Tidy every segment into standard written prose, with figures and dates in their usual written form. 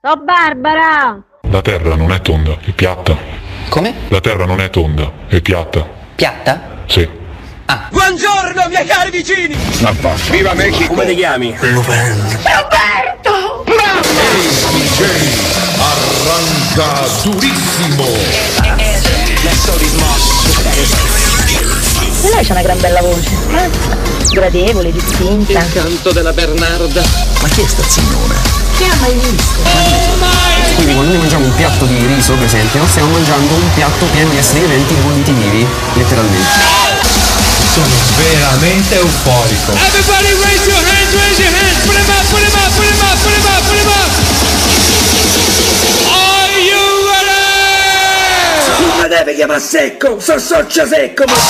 So Barbara! La terra non è tonda, è piatta. Come? La terra non è tonda, è piatta. Piatta? Sì. Ah. Buongiorno miei cari vicini! Viva Mexico! Come ti chiami? Roberto! DJ arranca durissimo! E lei c'ha una gran bella voce, gradevole, distinta. Il canto della Bernarda. Ma chi è sta signora? Chi ha mai visto? Quindi quando noi mangiamo un piatto di riso, per esempio, stiamo mangiando un piatto pieno di esseri viventi bolliti vivi, letteralmente. Sono veramente euforico. Everybody raise your hands, put them up, put them up, put them up, put them up, put them up. Are you ready? Non mi deve chiamare secco, sono socio secco, ma...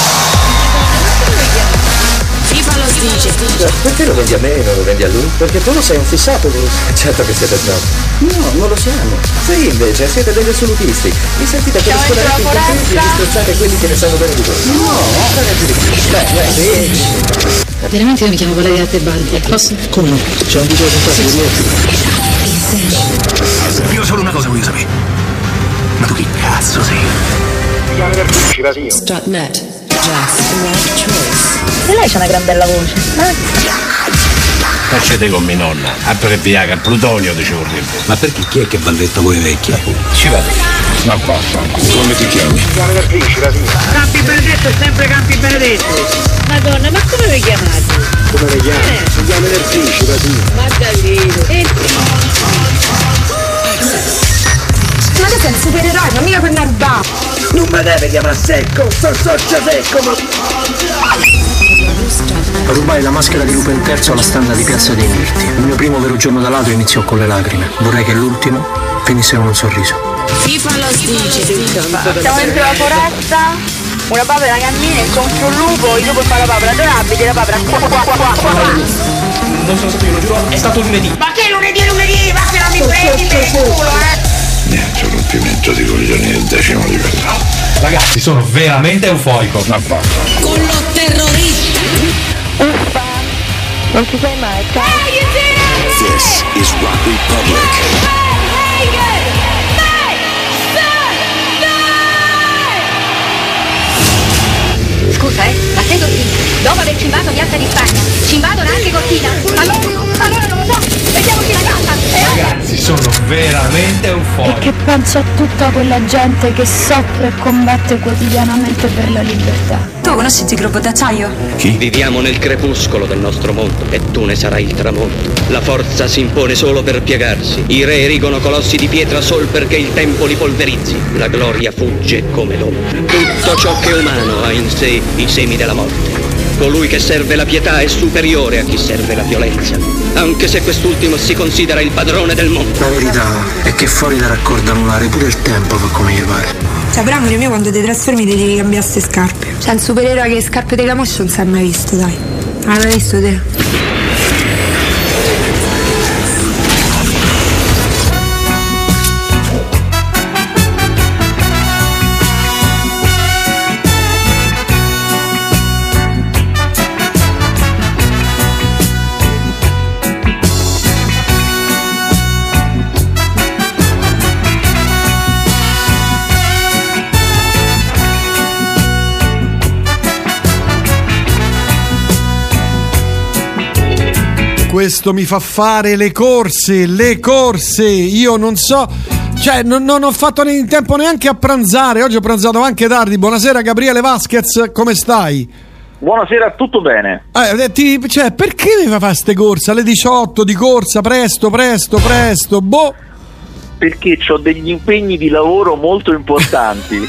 FIFA lo dice. Perché lo vendi a me e non lo vendi a lui? Perché tu lo sei un fissato, tu. Certo che siete snob. No, non lo siamo. Sì, invece, siete degli assolutisti. Vi sentite per scolare i contenti e disprezzate quelli che ne sanno bene di voi. No, ragazzi di qui. Sì. Veramente io mi chiamo Valeria Tebaldi, posso? Come no? C'è un video di Io solo una cosa voglio sapere. Ma tu chi cazzo sei? Strutnet, Jazz, Right Choice. E lei c'ha una gran bella voce, Facete con mia nonna, abbreviaga, plutonio dicevo prima. Ma perché chi è che balletta voi vecchie? Ci vado. Ma basta. Come ti chiami? Campi Benedetto è sempre Campi Benedetto. Madonna, ma come vi chiamate? Come le chiami? Si chiama Nerfici, Rasino. Maddalino. Ma tu sei un supereroe, non mica quel narba. Non mi deve chiamare secco, sono socio secco, ma... Rubai la maschera di Lupin III alla standa di Piazza dei Mirti. Il mio primo vero giorno da ladro iniziò con le lacrime. Vorrei che l'ultimo finisse con un sorriso. FIFA lo dice. Siamo dentro la foresta, una papera cammina, incontro un lupo, il lupo fa la papera, dove abiti la papera? Qua. Non sono stato io, lo giuro, è stato lunedì. Ma che lunedì? Ma che non mi prendi per il culo, Niente, rompimento di coglioni del 10° livello. Ragazzi, sono veramente euforico. Ma basta. Con lo terrorista. Uffa, non ci sei mai, This is Rock Republic. Scusa, ma sei Cortina? Dopo aver cimbato Piazza di Spagna, ci invadono anche Cortina? Allora non lo so, vediamoci la casa! Ragazzi, sono veramente euforico. Che penso a tutta quella gente che soffre e combatte quotidianamente per la libertà. Tu conosci il gruppo d'acciaio? Viviamo nel crepuscolo del nostro mondo e tu ne sarai il tramonto. La forza si impone solo per piegarsi. I re erigono colossi di pietra sol perché il tempo li polverizzi. La gloria fugge come l'ombra. Tutto ciò che è umano ha in sé i semi della morte. Colui che serve la pietà è superiore a chi serve la violenza, anche se quest'ultimo si considera il padrone del mondo. La verità è che fuori da raccordo anulare pure il tempo fa come gli pare. Cioè, però amore mio, quando ti trasformi ti devi cambiare ste scarpe. Cioè, un supereroe che scarpe di camoscio non si è mai visto, dai. Hai mai visto te? Questo mi fa fare le corse, io non so, cioè non ho fatto in tempo neanche a pranzare, oggi ho pranzato anche tardi. Buonasera Gabriele Vasquez, come stai? Buonasera, tutto bene. Cioè, perché mi fa fare ste corse alle 18 di corsa, presto, boh? Perché ho degli impegni di lavoro molto importanti.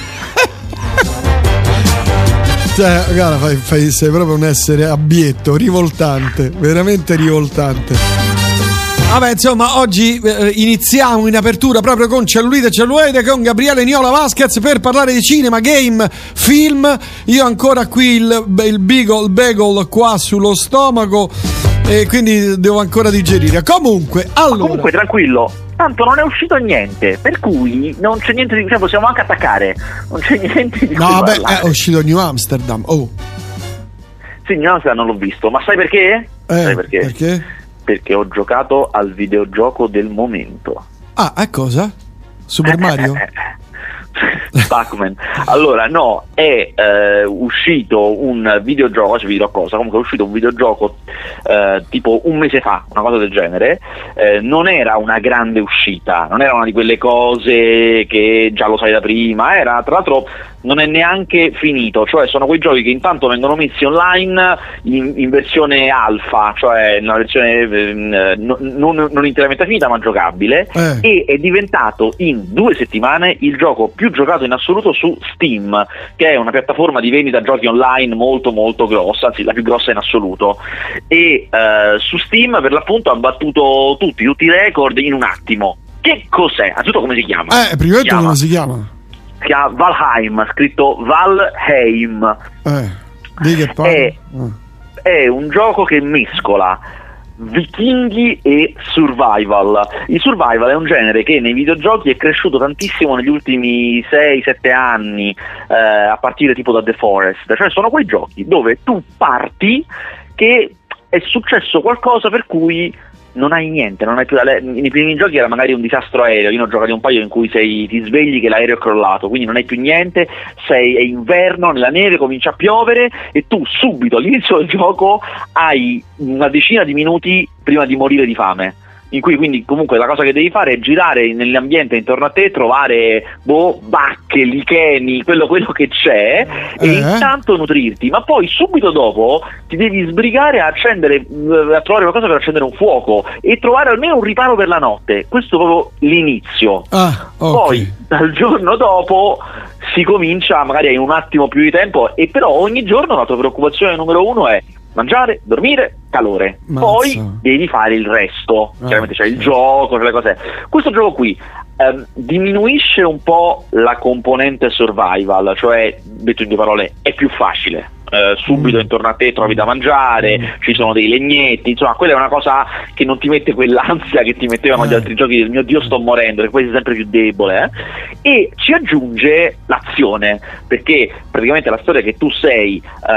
Cioè, guarda, sei proprio un essere abietto, rivoltante, veramente rivoltante. Vabbè, insomma, oggi iniziamo in apertura proprio con Cellulite con Gabriele Niola Vasquez per parlare di cinema, game, film. Io ancora qui il bagel qua sullo stomaco e quindi devo ancora digerire. Comunque, tranquillo. Tanto non è uscito niente, per cui non c'è niente di cui possiamo anche attaccare. Non c'è niente di cui parlare. È uscito New Amsterdam. Sì, New Amsterdam non l'ho visto, ma sai perché? Sai perché? Perché? Perché ho giocato al videogioco del momento. Ah, è cosa? Super Mario? Pac-Man. Allora, no, è uscito un videogioco, cioè cosa? Comunque è uscito un videogioco tipo un mese fa, una cosa del genere. Non era una grande uscita, non era una di quelle cose che già lo sai da prima, era tra l'altro non è neanche finito, cioè sono quei giochi che intanto vengono messi online in versione alfa, cioè una versione non interamente finita ma giocabile, e è diventato in 2 settimane il gioco più giocato in assoluto su Steam, che è una piattaforma di vendita giochi online molto molto grossa, anzi la più grossa in assoluto, e su Steam per l'appunto ha battuto tutti i record in un attimo. Che cos'è? Anzitutto come si chiama? Prima di tutto come si chiama? Si chiama Valheim, scritto Valheim. Di che parla? È un gioco che mescola vichinghi e survival. Il survival è un genere che nei videogiochi è cresciuto tantissimo negli ultimi 6-7 anni, a partire tipo da The Forest, cioè sono quei giochi dove tu parti che è successo qualcosa per cui non hai niente, non hai più nei primi giochi era magari un disastro aereo, io ne ho giocati un paio in cui ti svegli che l'aereo è crollato, quindi non hai più niente, è inverno, nella neve comincia a piovere e tu subito all'inizio del gioco hai una decina di minuti prima di morire di fame, in cui quindi comunque la cosa che devi fare è girare nell'ambiente intorno a te, trovare bacche, licheni, quello che c'è, e intanto nutrirti, ma poi subito dopo ti devi sbrigare a trovare qualcosa per accendere un fuoco e trovare almeno un riparo per la notte. Questo è proprio l'inizio. Poi dal giorno dopo si comincia, magari hai un attimo più di tempo, e però ogni giorno la tua preoccupazione numero 1 è mangiare, dormire, calore. Poi devi fare il resto. Chiaramente c'è il gioco, c'è le cose. Questo gioco qui diminuisce un po' la componente survival, cioè, detto in 2 parole, è più facile. Subito intorno a te trovi da mangiare, ci sono dei legnetti, insomma quella è una cosa che non ti mette quell'ansia che ti mettevano gli altri giochi del mio Dio sto morendo, che poi sei sempre più debole, e ci aggiunge l'azione, perché praticamente la storia è che tu sei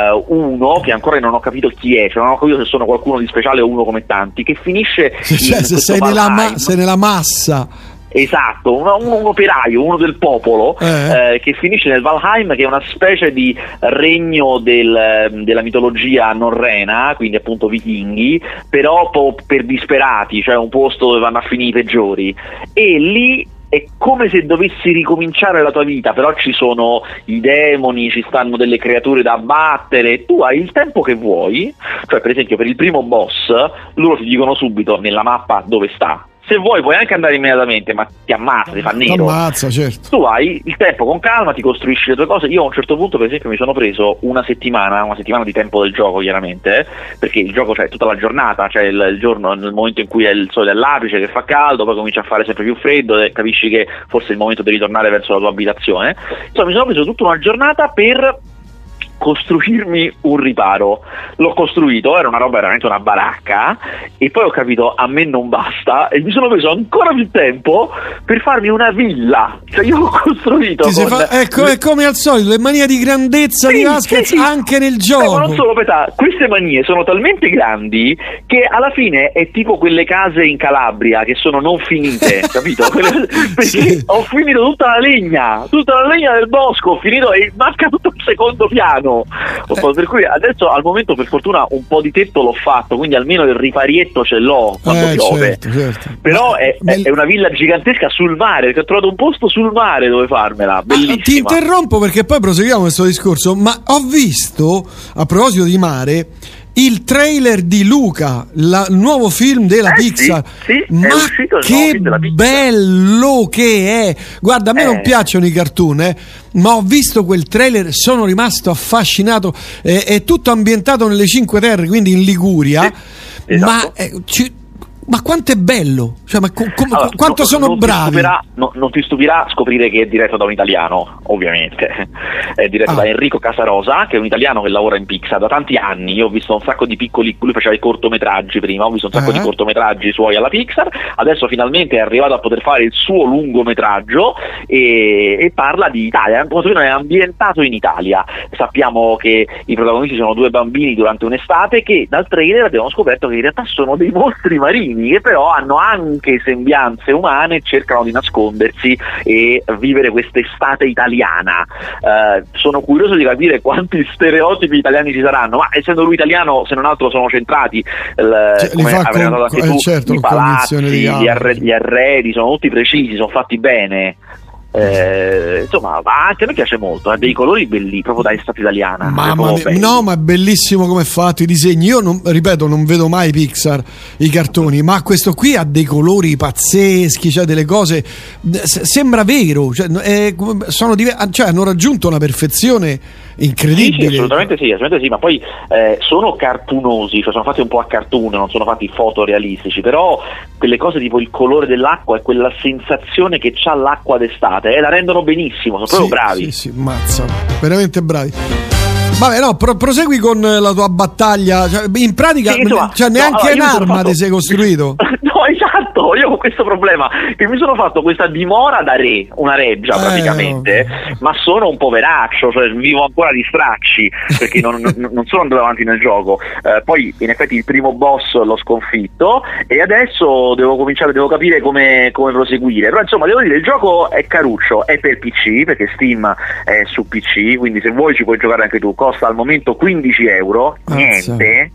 uno che ancora non ho capito chi è, cioè non ho capito se sono qualcuno di speciale o uno come tanti, che finisce se sei nella massa. Esatto, un operaio, uno del popolo, che finisce nel Valheim, che è una specie di regno della mitologia norrena, quindi appunto vichinghi, però per disperati, cioè un posto dove vanno a finire i peggiori, e lì è come se dovessi ricominciare la tua vita, però ci sono i demoni, ci stanno delle creature da abbattere, tu hai il tempo che vuoi, cioè per esempio per il primo boss loro ti dicono subito nella mappa dove sta. Se vuoi puoi anche andare immediatamente, ma ti ammazza, ti fa nero. Ammazza, certo. Tu hai il tempo con calma, ti costruisci le tue cose. Io a un certo punto, per esempio, mi sono preso una settimana di tempo del gioco, chiaramente, perché il gioco c'è tutta la giornata, c'è il giorno nel momento in cui è il sole all'apice, che fa caldo, poi comincia a fare sempre più freddo e capisci che forse è il momento di ritornare verso la tua abitazione. Insomma, mi sono preso tutta una giornata per costruirmi un riparo. L'ho costruito, era una roba veramente una baracca, e poi ho capito a me non basta e mi sono preso ancora più tempo per farmi una villa. Cioè io ho costruito è come al solito le manie di grandezza di Vasquez anche nel gioco. Ma non solo, queste manie sono talmente grandi che alla fine è tipo quelle case in Calabria che sono non finite, capito? Perché ho finito tutta la legna del bosco, ho finito e manca tutto il secondo piano. Per cui adesso al momento per fortuna un po' di tetto l'ho fatto, quindi almeno il riparietto ce l'ho quando piove. Certo. Però è una villa gigantesca sul mare, perché ho trovato un posto sul mare dove farmela, bellissima. Ti interrompo perché poi proseguiamo questo discorso, ma ho visto, a proposito di mare, il trailer di Luca, il nuovo film della Pixar. Sì, ma è uscito il che nuovo film della Pixar. bello che è! Guarda, a me non piacciono i cartoon, ma ho visto quel trailer, sono rimasto affascinato. È tutto ambientato nelle Cinque Terre, quindi in Liguria. Sì, esatto. Ma quanto è bello, cioè, ma allora, quanto sono bravi. Non ti stupirà scoprire che è diretto da un italiano, ovviamente. È diretto da Enrico Casarosa, che è un italiano che lavora in Pixar da tanti anni. Io ho visto un sacco di piccoli, lui faceva i cortometraggi prima, ho visto un sacco di cortometraggi suoi alla Pixar. Adesso finalmente è arrivato a poter fare il suo lungometraggio e parla di Italia, è ambientato in Italia. Sappiamo che i protagonisti sono 2 bambini durante un'estate che dal trailer abbiamo scoperto che in realtà sono dei mostri marini. bambini che però hanno anche sembianze umane e cercano di nascondersi e vivere quest'estate italiana. Sono curioso di capire quanti stereotipi italiani ci saranno, ma essendo lui italiano, se non altro sono centrati, come avrai notato anche tu, certo, i palazzi, gli arredi sono tutti precisi, sono fatti bene. Insomma, anche a me piace molto, ha dei colori belli, proprio da estate italiana. Mamma mia, no, ma è bellissimo come è fatto, i disegni. Io non vedo mai Pixar, i cartoni, ma questo qui ha dei colori pazzeschi, cioè delle cose, sembra vero, cioè, hanno raggiunto una perfezione incredibile. Sì, assolutamente sì, ma poi sono cartunosi, cioè sono fatti un po' a cartoon, non sono fatti fotorealistici, però quelle cose tipo il colore dell'acqua e quella sensazione che c'ha l'acqua d'estate, la rendono benissimo, sono proprio bravi. Sì, mazza, veramente bravi. Vabbè, no, prosegui con la tua battaglia, cioè, in pratica neanche un'arma ti sei costruito. No, esatto, io ho questo problema, che mi sono fatto questa dimora da re, una reggia praticamente, ma sono un poveraccio, cioè vivo ancora di stracci, perché non sono andato avanti nel gioco. Poi in effetti il primo boss l'ho sconfitto e adesso devo capire come proseguire, però insomma devo dire, il gioco è caruccio, è per PC, perché Steam è su PC, quindi se vuoi ci puoi giocare anche tu, costa al momento 15 euro, niente.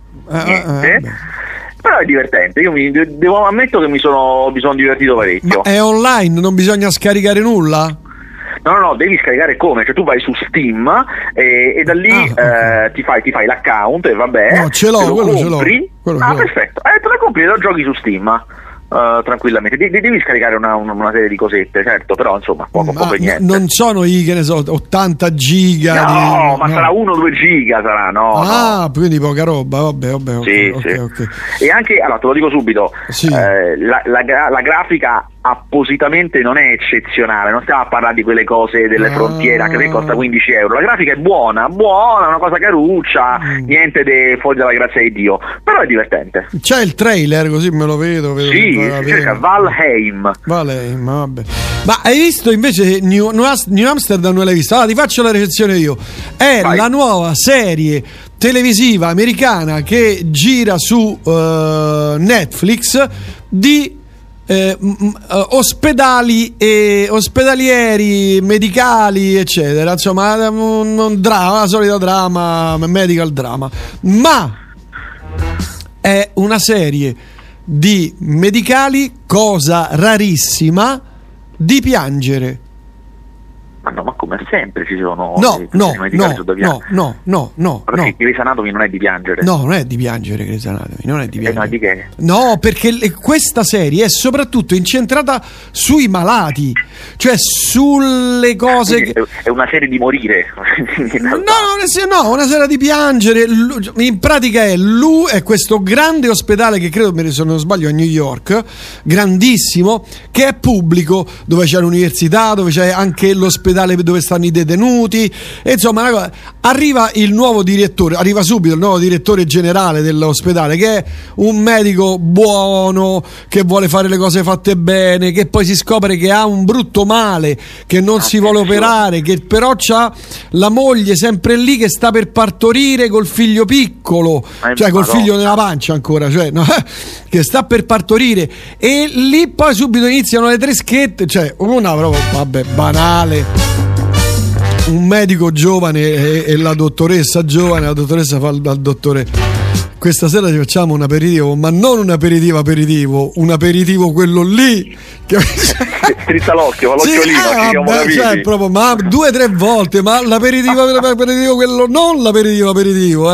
Però è divertente, io ammetto che mi sono divertito parecchio. Ma è online, non bisogna scaricare nulla? No, devi scaricare come? Cioè tu vai su Steam e da lì ti fai l'account e vabbè. No, ce l'ho, quello ce l'ho. Perfetto. Te la compri e lo giochi su Steam. Tranquillamente devi scaricare una serie di cosette, certo, però insomma poco niente. Non sono che ne so 80 giga sarà 1-2 giga sarà, quindi poca roba, vabbè. Sì. E anche, allora te lo dico subito, la grafica appositamente non è eccezionale, non stiamo a parlare di quelle cose delle frontiere che costa 15 euro, la grafica è buona, una cosa caruccia, niente fuori dalla grazia di Dio, però è divertente. C'è il trailer, così me lo vedo sì, si cerca Valheim, vabbè. Ma hai visto invece New Amsterdam? Non l'hai visto? Allora ti faccio la recensione io. Vai. La nuova serie televisiva americana che gira su Netflix di ospedalieri, medicali, eccetera. Insomma, una solita drama, medical drama, ma è una serie di medicali, cosa rarissima, di piangere. Ma come sempre ci sono No. Perché Grey's Anatomy non è di piangere. No, non è di piangere Grey's Anatomy, non è di piangere. Di che? No, perché questa serie è soprattutto incentrata sui malati, cioè sulle cose è una serie di morire. No, una serie di piangere. In pratica è questo grande ospedale che credo, se non sbaglio, a New York, grandissimo, che è pubblico, dove c'è l'università, dove c'è anche l'ospedale dove stanno i detenuti, e insomma arriva il nuovo direttore, arriva subito il nuovo direttore generale dell'ospedale, che è un medico buono, che vuole fare le cose fatte bene, che poi si scopre che ha un brutto male, che non si vuole operare, che però c'ha la moglie sempre lì che sta per partorire col figlio piccolo, cioè col figlio nella pancia ancora, cioè che sta per partorire, e lì poi subito iniziano le treschette, cioè una proprio banale. Un medico giovane e la dottoressa giovane, la dottoressa fa al dottore: questa sera ci facciamo un aperitivo, ma non un aperitivo, un aperitivo quello lì che strizza l'occhio, cioè proprio, ma 2 o 3 volte, ma l'aperitivo quello, non l'aperitivo,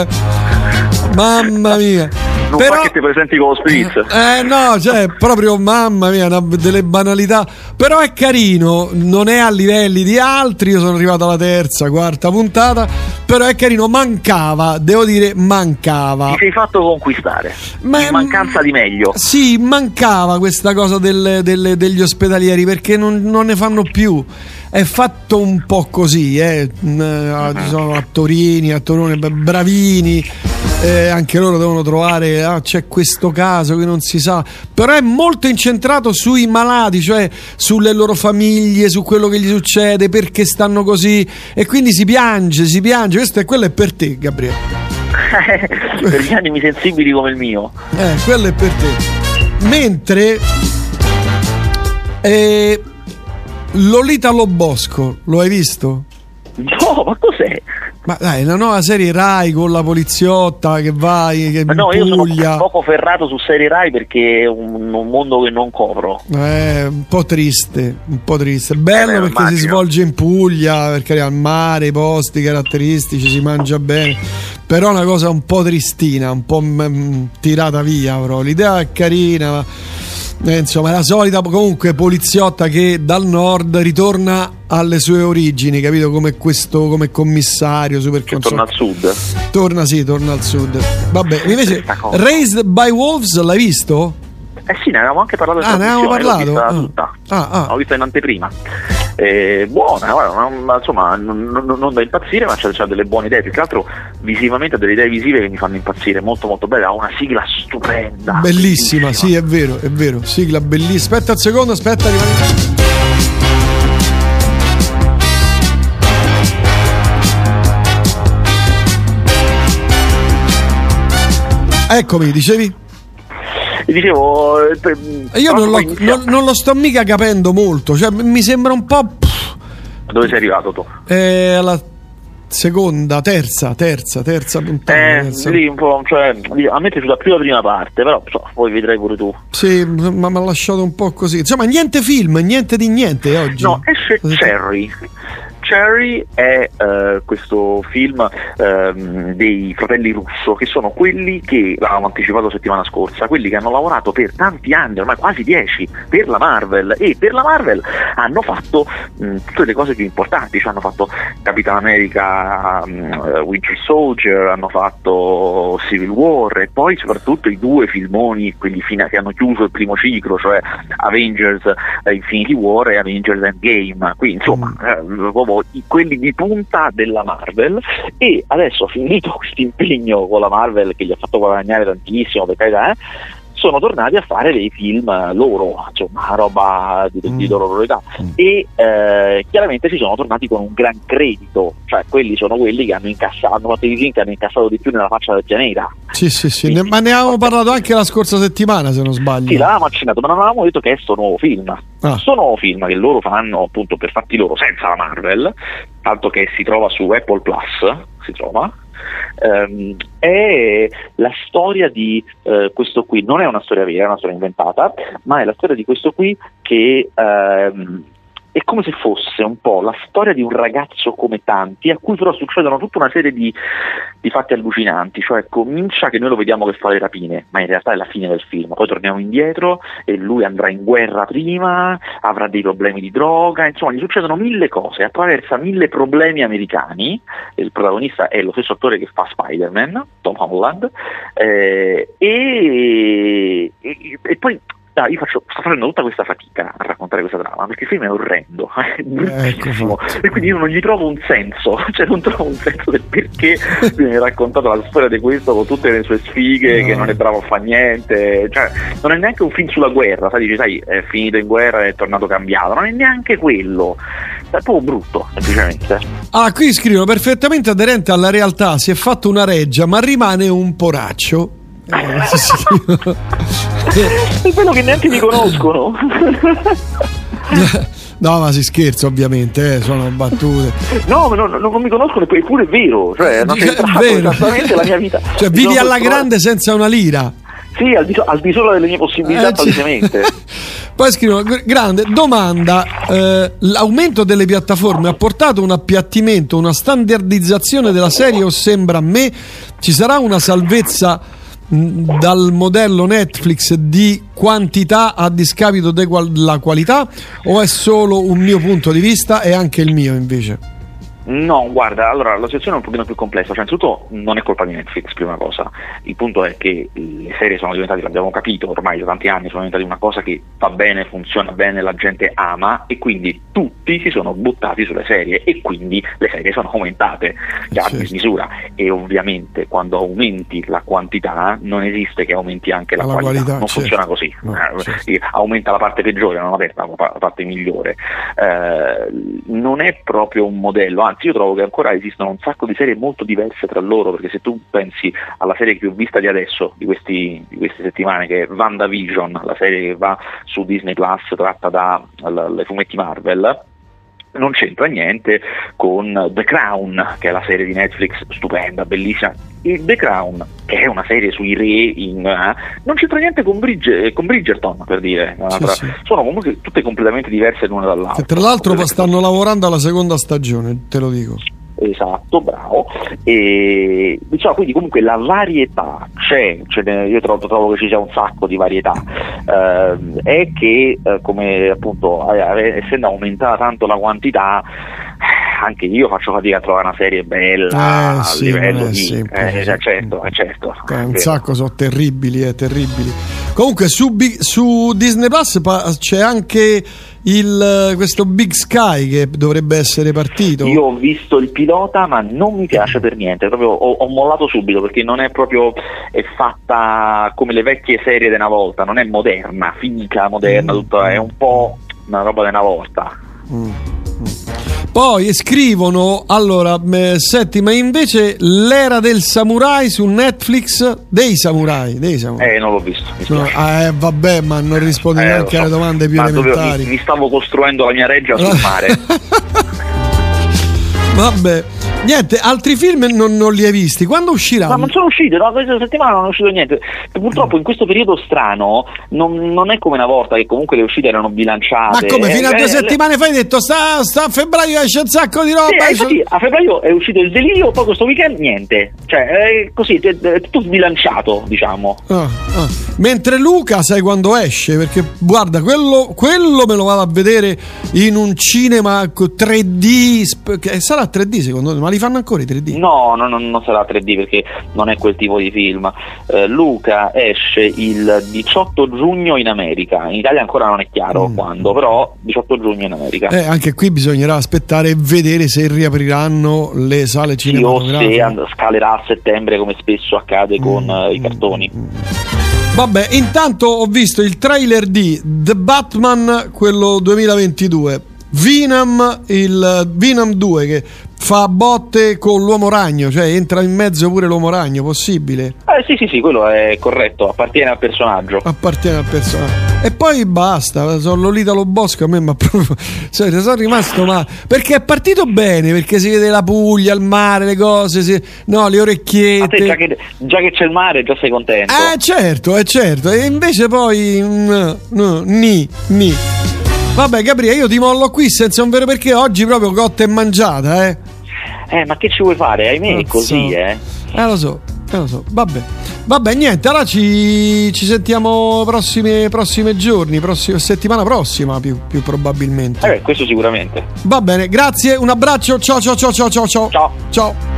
mamma mia. Non fa che ti presenti con lo spritz. No, cioè proprio mamma mia, delle banalità. Però è carino, non è a livelli di altri. Io sono arrivato alla 3ª, 4ª puntata, però è carino. Devo dire mancava. Ti sei fatto conquistare, in mancanza di meglio. Sì, mancava questa cosa degli ospedalieri, perché non ne fanno più. È fatto un po' così, ci sono attoroni bravini, anche loro devono trovare, c'è questo caso che non si sa, però è molto incentrato sui malati, cioè sulle loro famiglie, su quello che gli succede, perché stanno così, e quindi si piange. Quello è per te, Gabriele. Per gli animi sensibili come il mio. Quello è per te. mentre Lolita Lobosco, lo hai visto? No, ma cos'è? Ma dai, la nuova serie Rai con la poliziotta che vai, che no, Puglia. Io sono poco ferrato su serie Rai perché è un mondo che non copro. Un po' triste. Bello perché immagino. si svolge in Puglia, perché al mare, i posti caratteristici, si mangia bene. Però è una cosa un po' tristina, un po' tirata via, però. L'idea è carina, ma insomma è la solita comunque poliziotta che dal nord ritorna alle sue origini, capito? Come commissario super torna al sud. Torna al sud. Vabbè, invece Raised by Wolves l'hai visto? Sì, ne avevamo anche parlato. Ne avevamo parlato? L'ho vista tutta. L'ho vista in anteprima. Buona, guarda, ma insomma non da impazzire, ma c'ha delle buone idee. Più che altro visivamente ha delle idee visive che mi fanno impazzire, molto molto bella. Ha una sigla stupenda, bellissima. Sì, è vero, sigla bellissima. Aspetta un secondo, rimani. Eccomi, dicevi? Dicevo, io non lo sto mica capendo molto, cioè mi sembra un po'. Dove sei arrivato tu? Alla seconda, terza puntata. Lì un po', cioè, a me è piaciuta più la prima parte, però poi vedrai pure tu. Sì, ma mi ha lasciato un po' così. Insomma, niente film, niente di niente oggi. No, esce Cherry. Cherry è questo film dei fratelli Russo, che sono quelli che l'avevamo anticipato settimana scorsa, quelli che hanno lavorato per tanti anni, ormai quasi 10, per la Marvel, e per la Marvel hanno fatto tutte le cose più importanti, cioè hanno fatto Capitan America, Winter Soldier, hanno fatto Civil War e poi soprattutto i due filmoni, quelli che hanno chiuso il primo ciclo, cioè Avengers Infinity War e Avengers Endgame, quindi insomma quelli di punta della Marvel, e adesso finito questo impegno con la Marvel che gli ha fatto guadagnare tantissimo, per carità, sono tornati a fare dei film loro, insomma, roba di loro età, e chiaramente si sono tornati con un gran credito, cioè quelli sono quelli che hanno fatto i film che hanno incassato di più nella faccia del pianeta. Sì, quindi, ma ne avevamo parlato anche la scorsa settimana, se non sbaglio. Sì, l'avevamo accennato, ma non avevamo detto che è sto nuovo film. Sto nuovo film che loro fanno appunto per fatti loro, senza la Marvel, tanto che si trova su Apple Plus, è la storia di questo qui. Non è una storia vera, è una storia inventata, ma è la storia di questo qui che è come se fosse un po' la storia di un ragazzo come tanti, a cui però succedono tutta una serie di fatti allucinanti, cioè comincia che noi lo vediamo che fa le rapine, ma in realtà è la fine del film, poi torniamo indietro e lui andrà in guerra prima, avrà dei problemi di droga, insomma gli succedono 1000 cose, attraversa 1000 problemi americani. Il protagonista è lo stesso attore che fa Spider-Man, Tom Holland, e poi io sto facendo tutta questa fatica a raccontare questa trama perché il film è orrendo, è bruttissimo, e quindi io non gli trovo un senso, cioè non trovo un senso del perché viene raccontata la storia di questo con tutte le sue sfighe, che non è bravo a fare niente, cioè non è neanche un film sulla guerra, sai, è finito in guerra e è tornato cambiato, non è neanche quello, è proprio brutto, semplicemente. Qui scrivono perfettamente aderente alla realtà, si è fatto una reggia ma rimane un poraccio. È quello che neanche mi conoscono. No, ma si scherza, ovviamente, sono battute. No, non mi conoscono, eppure è vero, cioè non è vero. Esattamente la mia vita. Cioè vivi alla grande senza una lira. Sì, al di sopra delle mie possibilità, palesemente. Poi scrivono, grande domanda, l'aumento delle piattaforme ha portato un appiattimento, una standardizzazione della serie, o sembra a me ci sarà una salvezza dal modello Netflix di quantità a discapito della qualità, o è solo un mio punto di vista e anche il mio invece? No, guarda, allora la situazione è un pochino più complessa, cioè innanzitutto non è colpa di Netflix, prima cosa, il punto è che le serie sono diventate, l'abbiamo capito ormai da tanti anni, sono diventate una cosa che va bene, funziona bene, la gente ama, e quindi tutti si sono buttati sulle serie e quindi le serie sono aumentate a dismisura, e ovviamente quando aumenti la quantità non esiste che aumenti anche la qualità. Non funziona così, aumenta la parte peggiore, non aperta la parte migliore, non è proprio un modello, anzi anzi io trovo che ancora esistono un sacco di serie molto diverse tra loro, perché se tu pensi alla serie che ho vista di adesso, di queste settimane, che è WandaVision, la serie che va su Disney Plus, tratta dai fumetti Marvel, non c'entra niente con The Crown, che è la serie di Netflix stupenda, bellissima. E The Crown, che è una serie sui re, non c'entra niente con Bridgerton, per dire. Sì. Sono comunque tutte completamente diverse l'una dall'altra. Che tra l'altro stanno lavorando alla seconda stagione, te lo dico. Esatto, bravo. E diciamo, quindi comunque la varietà c'è, io trovo che ci sia un sacco di varietà, è che come appunto essendo aumentata tanto la quantità, anche io faccio fatica a trovare una serie bella a livello di certo. Un sacco, sono terribili. Comunque su Disney Plus c'è anche questo Big Sky che dovrebbe essere partito. Io ho visto il pilota, ma non mi piace per niente, proprio ho mollato subito, perché non è proprio, è fatta come le vecchie serie di una volta, non è moderna, finita, moderna, tutto, è un po' una roba di una volta. Poi scrivono, allora, senti, ma invece l'era del samurai su Netflix, dei samurai. Non l'ho visto, mi spiace. No, vabbè, ma non rispondi neanche alle domande più elementari. Mi stavo costruendo la mia reggia sul mare. Vabbè, niente, altri film non li hai visti? Quando usciranno? Ma non sono usciti, no? Questa settimana non è uscito niente. Purtroppo in questo periodo strano non è come una volta, che comunque le uscite erano bilanciate. Ma come, fino a 2 settimane fa hai detto sta a febbraio esce un sacco di roba? Sì, infatti a febbraio è uscito Il Delirio, poi questo weekend niente. Cioè è così, è tutto sbilanciato, diciamo. Mentre Luca sai quando esce? Perché guarda, quello me lo vado a vedere in un cinema 3D, sarà 3D secondo me, ma li fanno ancora i 3D? No, non sarà 3D, perché non è quel tipo di film. Luca esce il 18 giugno in America, in Italia ancora non è chiaro quando, però 18 giugno in America. Anche qui bisognerà aspettare e vedere se riapriranno le sale cinematografiche o se scalerà a settembre, come spesso accade con i cartoni. Vabbè, intanto ho visto il trailer di The Batman, quello 2022, il Venom 2 che fa botte con l'uomo ragno, cioè entra in mezzo pure l'uomo ragno, possibile? Sì, quello è corretto, appartiene al personaggio. E poi basta, sono Lolita Lo Bosco, a me ma proprio sono rimasto male, perché è partito bene, perché si vede la Puglia, il mare, le cose, le orecchiette. A te già che c'è il mare già sei contento. Certo, e invece poi ni. Vabbè Gabriele, io ti mollo qui senza un vero perché, oggi proprio cotta e mangiata, ma che ci vuoi fare? Ahimè, è così, Lo so. Vabbè, niente, allora ci sentiamo prossimi giorni, settimana prossima più probabilmente. Questo sicuramente. Va bene, grazie, un abbraccio, ciao. Ciao.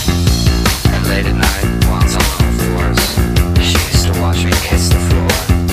Late at night, while on all fours, she used to watch me kiss the floor.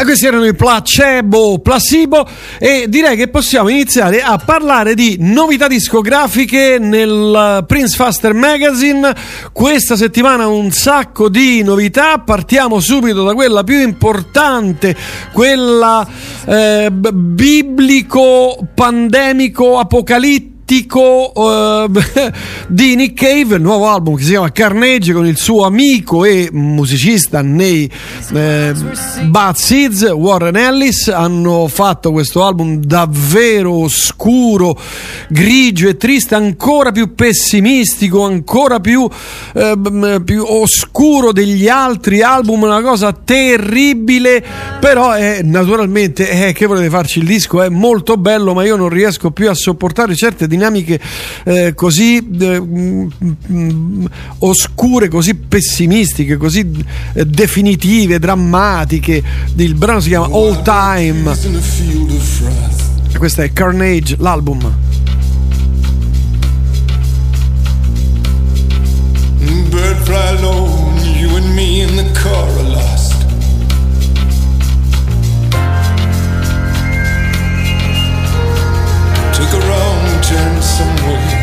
questi erano i Placebo e direi che possiamo iniziare a parlare di novità discografiche nel Prince Faster Magazine. Questa settimana un sacco di novità, partiamo subito da quella più importante, quella biblico, pandemico, apocalittico di Nick Cave, il nuovo album che si chiama Carnage, con il suo amico e musicista nei Bad Seeds, Warren Ellis. Hanno fatto questo album davvero oscuro, grigio e triste, ancora più pessimistico, ancora più oscuro degli altri album, una cosa terribile. Però naturalmente che volete farci, il disco è molto bello, ma io non riesco più a sopportare certe dinamiche così oscure, così pessimistiche, così definitive, drammatiche. Il brano si chiama All Time e questa è Carnage, l'album. Birdfly alone, you and me in the car are lost. Took a wrong turn somewhere.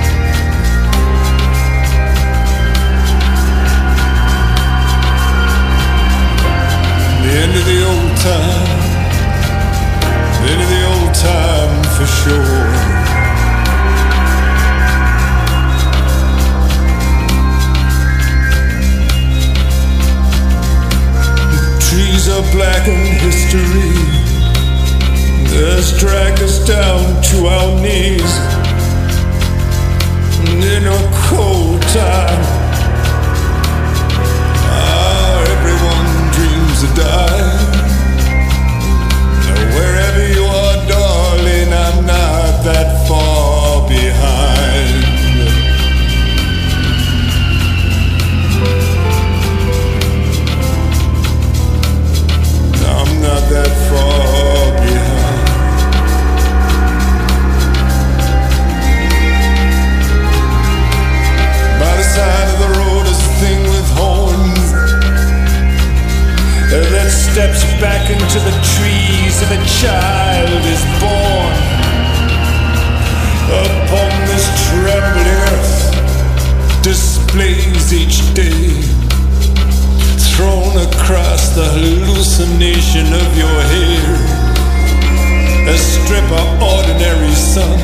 The end of the old time, the end of the old time for sure. The trees are blackened history. Just drag us down to our knees. And in a cold time, everyone dreams of dying. Now wherever you are, darling, I'm not that far behind. I'm not that far behind. Side of the road is a thing with horns that steps back into the trees and a child is born. Upon this trembling earth displays each day, thrown across the hallucination of your hair, a strip of ordinary sun,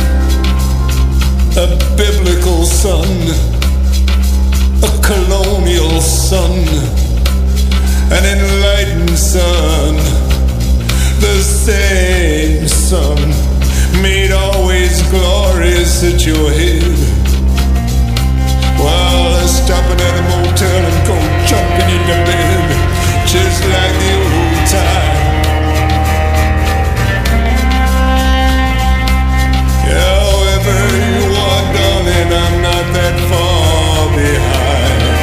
a biblical sun, a colonial sun, an enlightened sun, the same sun, made always glorious at your head. While stopping at a motel and go jumping into bed, just like the old time. However you are, darling, I'm not that far behind.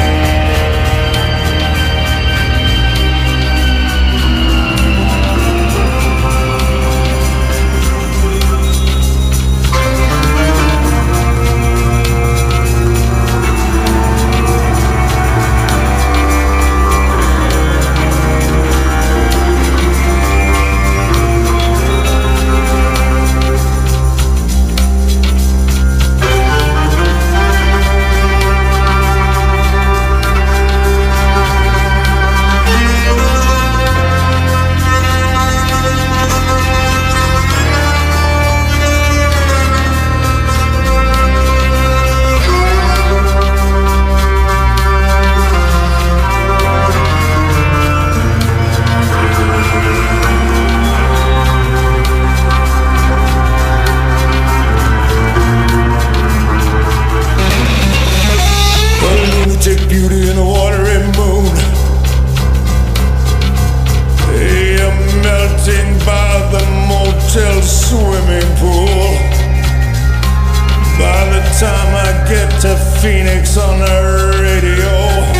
Phoenix on the radio,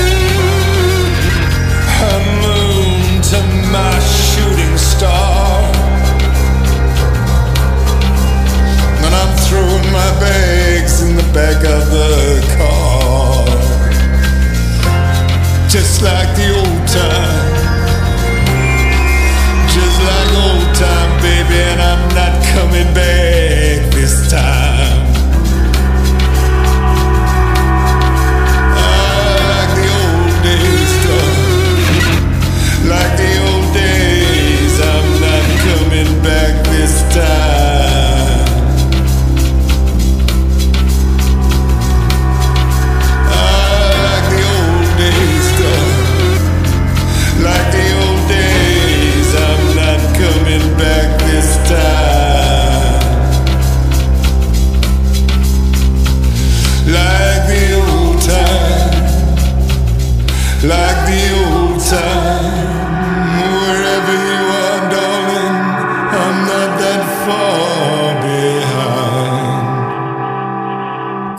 a moon to my shooting star, and I'm throwing my bags in the back of the car, just like the old time.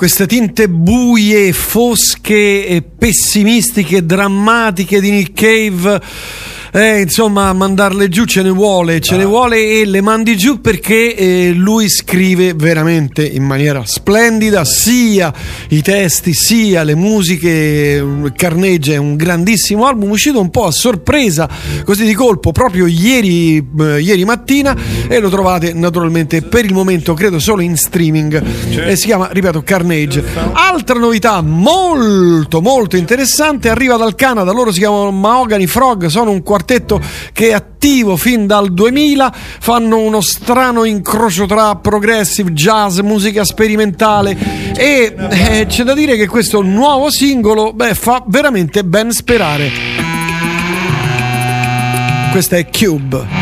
queste tinte buie, fosche e pessimistiche, drammatiche di Nick Cave. Insomma, mandarle giù ce ne vuole e le mandi giù perché lui scrive veramente in maniera splendida sia i testi sia le musiche. Carnage è un grandissimo album uscito un po' a sorpresa, così di colpo, proprio ieri mattina, e lo trovate naturalmente per il momento credo solo in streaming, e si chiama, ripeto, Carnage. Altra novità molto molto interessante arriva dal Canada, loro si chiamano Mahogany Frog, sono un quartetto che è attivo fin dal 2000, fanno uno strano incrocio tra progressive, jazz, musica sperimentale, e c'è da dire che questo nuovo singolo fa veramente ben sperare. Questa è Cube.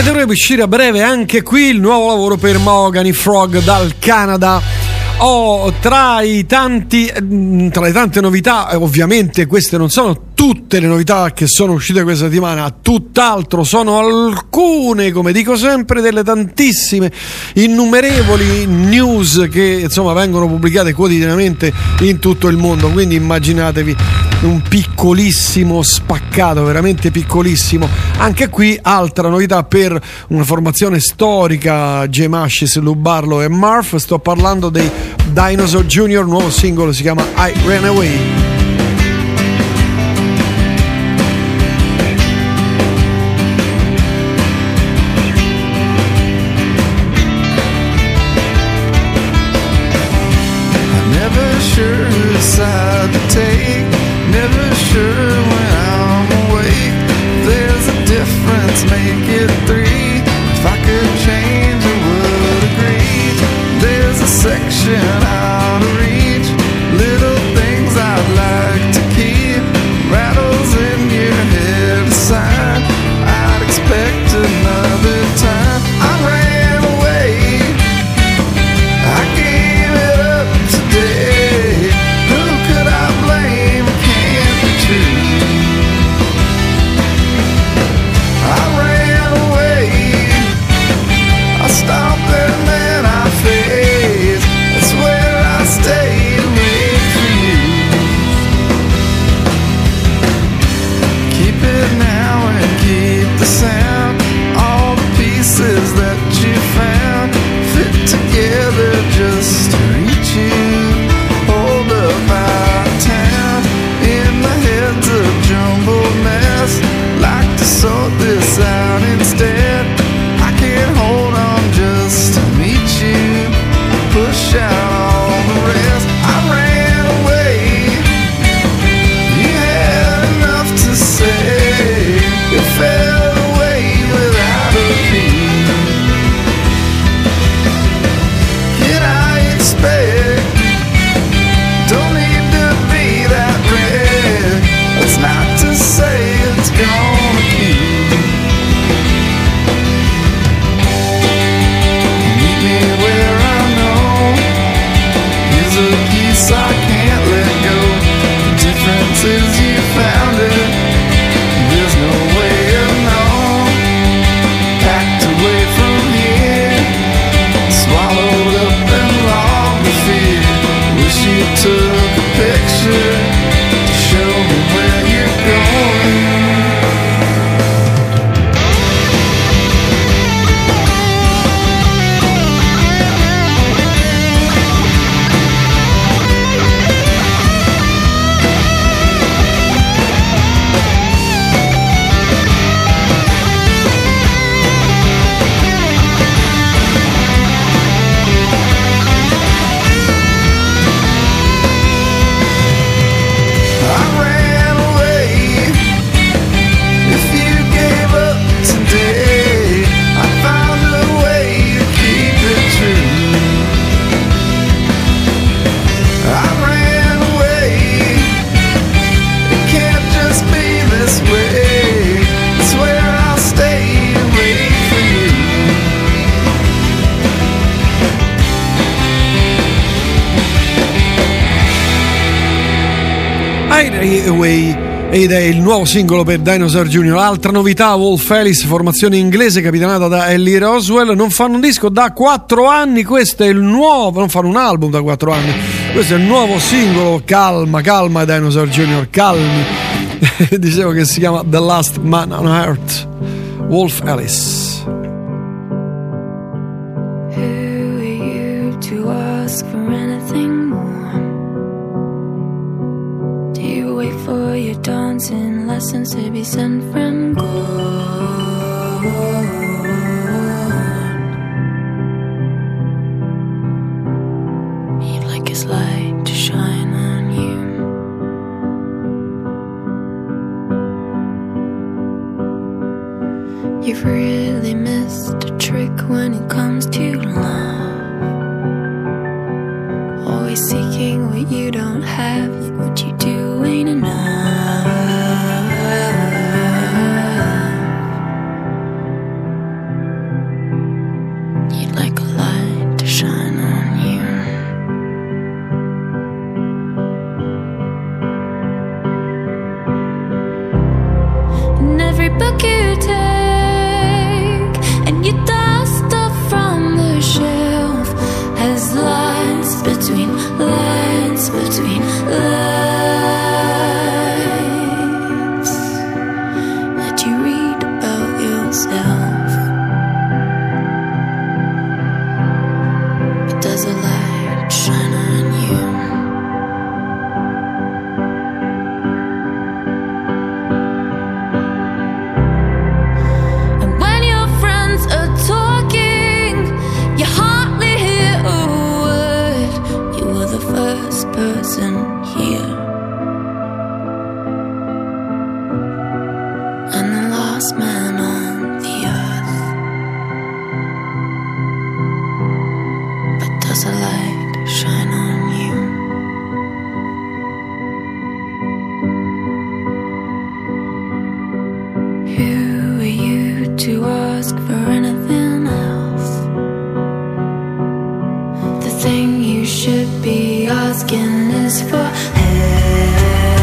dovrebbe uscire a breve anche qui il nuovo lavoro per Mahogany Frog dal Canada. Tra le tante novità, ovviamente queste non sono tutte le novità che sono uscite questa settimana, tutt'altro, sono alcune, come dico sempre, delle tantissime innumerevoli news che insomma vengono pubblicate quotidianamente in tutto il mondo, quindi immaginatevi un piccolissimo spaccato, veramente piccolissimo. Anche qui altra novità per una formazione storica, J. Mashis, Lou Barlow e Murph. Sto parlando dei Dinosaur Jr., nuovo singolo si chiama I Ran Away. Side to take, never sure when I'm awake. There's a difference, make it three. If I could change, I would agree. There's a section out of reach, little things I'd like to keep. Rattles in your head aside, I'd expect another time. I ran away, I gave it up today. Just to reach you, hold up out of town. In my head's a jumbled mess, like to sort this out instead. I can't hold on just to meet you, push out all the rest. I ran away, you had enough to say, it fell away without a beat. Don't need to be that red. That's not to say it's gonna keep. Meet me where I know there's a piece I can't let go. The difference is you found it. There's no way of knowing. Packed away from here, swallowed up and lost the fear. Wish you took a picture to show me where you're going. Away, ed è il nuovo singolo per Dinosaur Jr. Altra novità, Wolf Alice, formazione inglese capitanata da Ellie Roswell, non fanno un disco da 4 anni, questo è il nuovo, non fanno un album da 4 anni, questo è il nuovo singolo. Calma Dinosaur Jr., calmi. Dicevo che si chiama The Last Man on Earth, Wolf Alice. Dancing lessons to be sent from God. He'd like his light to shine on you. You've really missed a trick when it comes to love. Always seeking what you don't have, what you do ain't enough. every book you take, and you dust off from the shelf as lines between lines between lines that you read about yourself. But does a light shine on you? And when your friends are talking, you hardly hear a word. You were the first person here, and the last man on the earth. But does a light shine on you? Who are you to ask for anything else? The thing you should be asking is for help.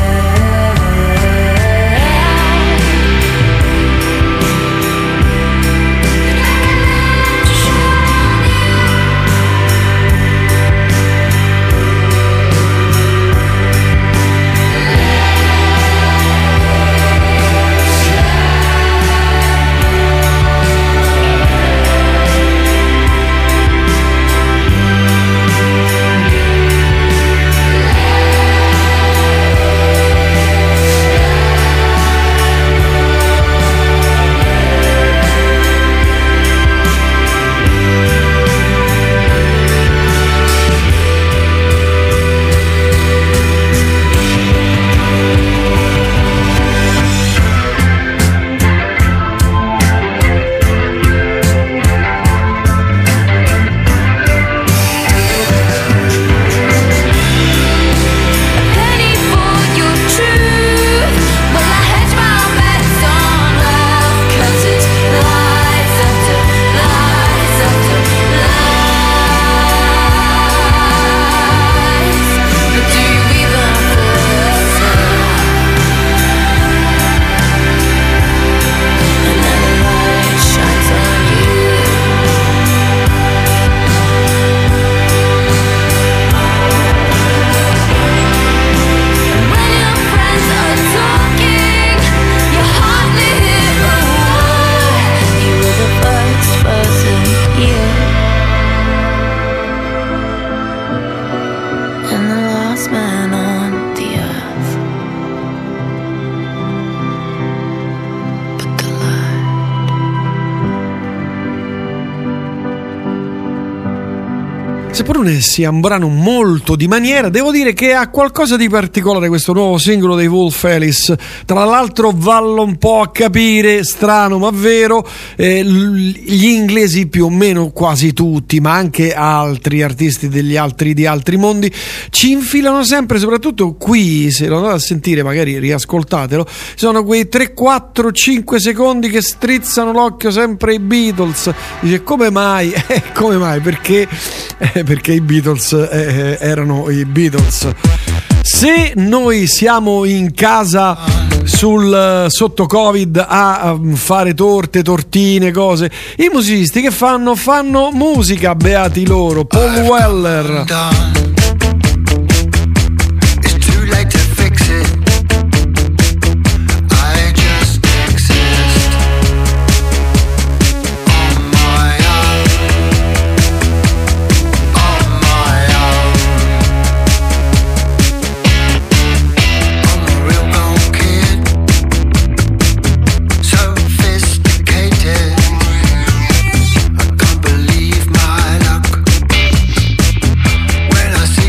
Seppur non sia un brano molto di maniera, devo dire che ha qualcosa di particolare questo nuovo singolo dei Wolf Alice. Tra l'altro vallo un po' a capire, strano ma vero, gli inglesi più o meno quasi tutti, ma anche altri artisti di altri mondi, ci infilano sempre, soprattutto qui, se lo andate a sentire, magari riascoltatelo, sono quei 3, 4, 5 secondi che strizzano l'occhio sempre ai Beatles. Dice come mai? Come mai? Perché i Beatles erano i Beatles. Se noi siamo in casa sotto Covid a fare torte, tortine, cose, i musicisti che fanno musica, beati loro. Paul Weller. When I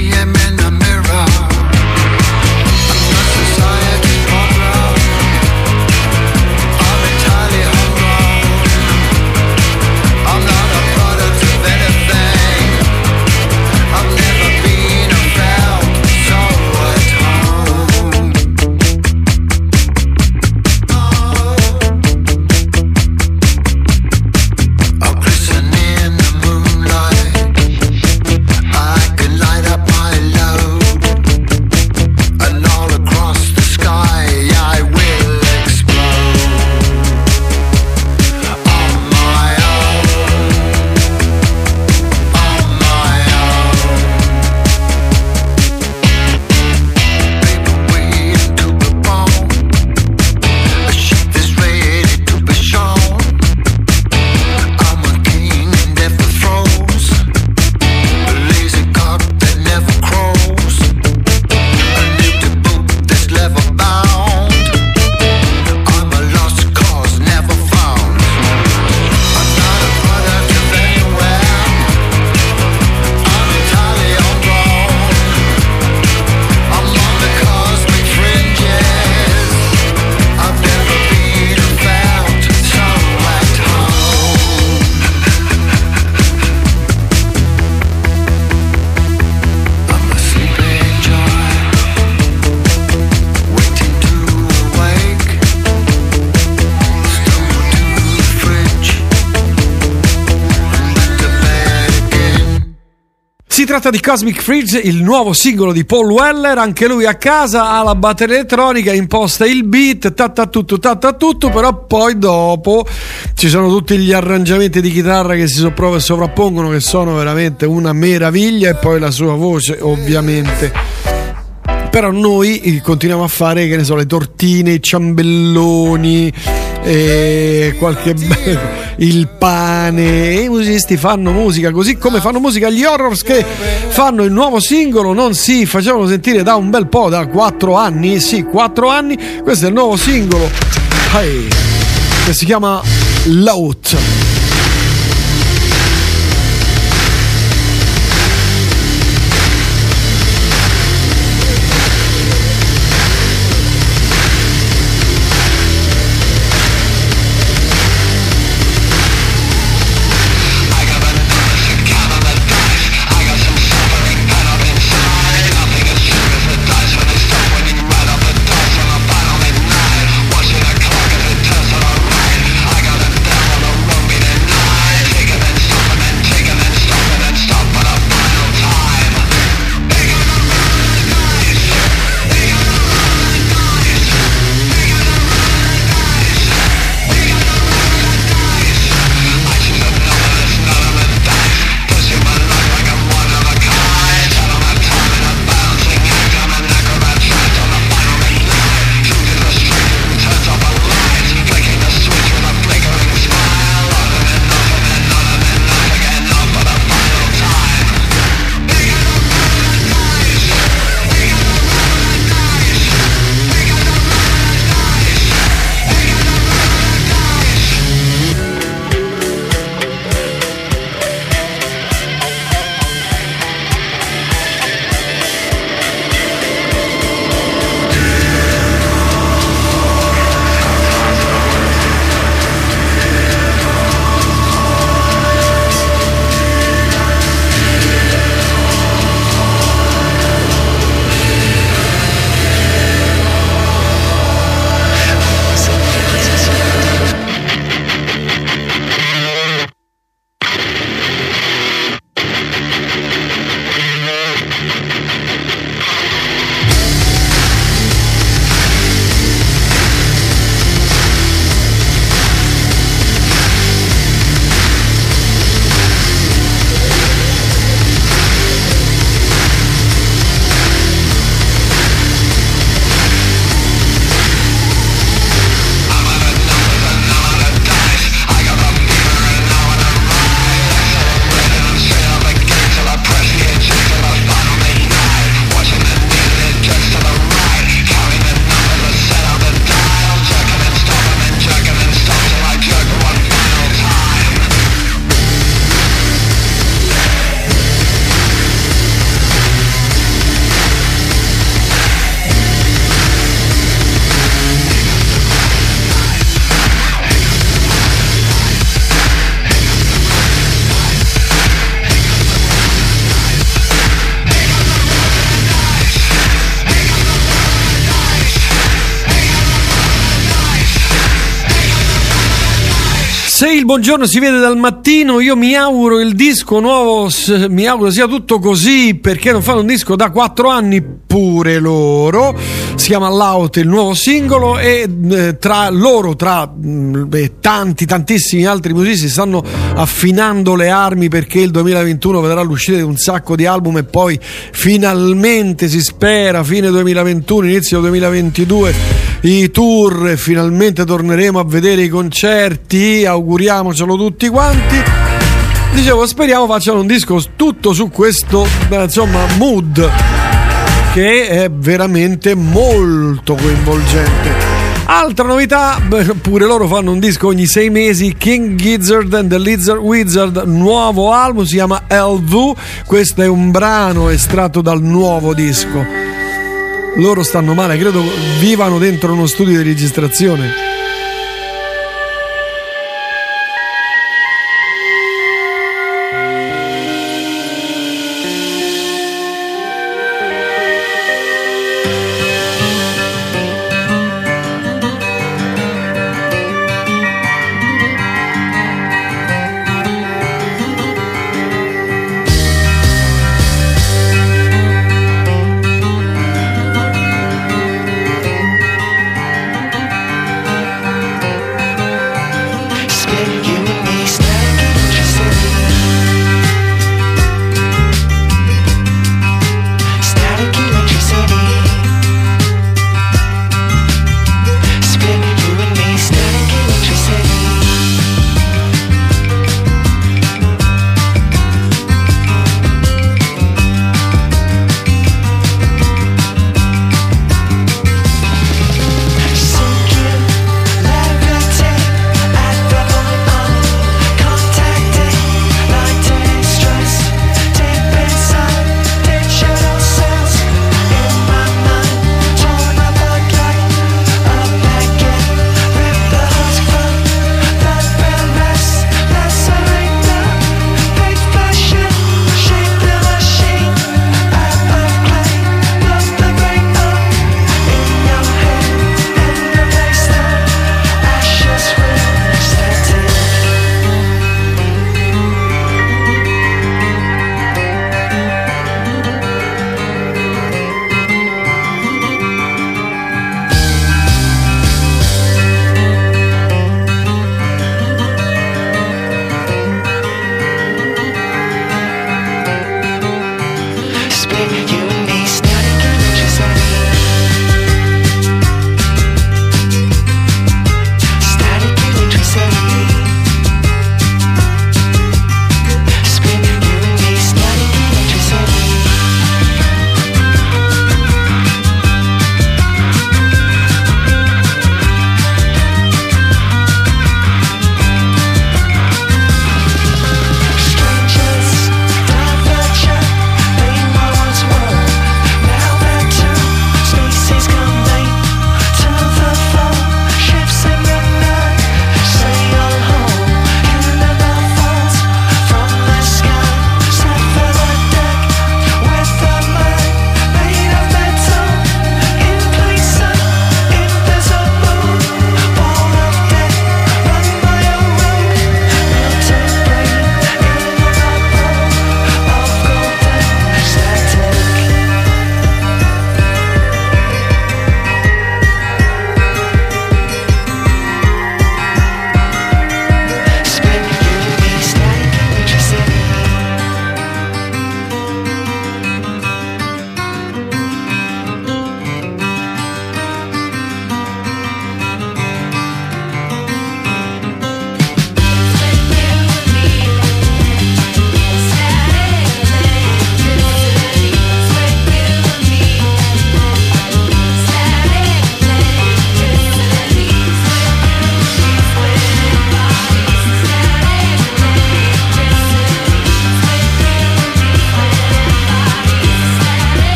tratta di Cosmic Freeze, il nuovo singolo di Paul Weller, anche lui a casa, ha la batteria elettronica, imposta il beat, tutto, però poi dopo ci sono tutti gli arrangiamenti di chitarra che si sovrappongono, che sono veramente una meraviglia, e poi la sua voce ovviamente. Però noi continuiamo a fare, che ne so, le tortine, i ciambelloni, il pane, e i musicisti fanno musica così come fanno musica gli Horrors, che fanno il nuovo singolo, non si facevano sentire da un bel po', da 4 anni, sì, 4 anni. Questo è il nuovo singolo che si chiama Lout. Se il buongiorno si vede dal mattino, io mi auguro il disco nuovo, mi auguro sia tutto così, perché non fanno un disco da 4 anni pure loro. Si chiama Lout, il nuovo singolo, e tra tantissimi altri musicisti stanno affinando le armi, perché il 2021 vedrà l'uscita di un sacco di album, e poi finalmente si spera fine 2021, inizio 2022 i tour, e finalmente torneremo a vedere i concerti, auguriamocelo tutti quanti. Dicevo, speriamo facciano un disco tutto su questo, insomma, mood, che è veramente molto coinvolgente. Altra novità, pure loro fanno un disco ogni 6 mesi, King Gizzard and the Lizard Wizard, nuovo album, si chiama LV. Questo è un brano estratto dal nuovo disco. Loro stanno male, credo vivano dentro uno studio di registrazione.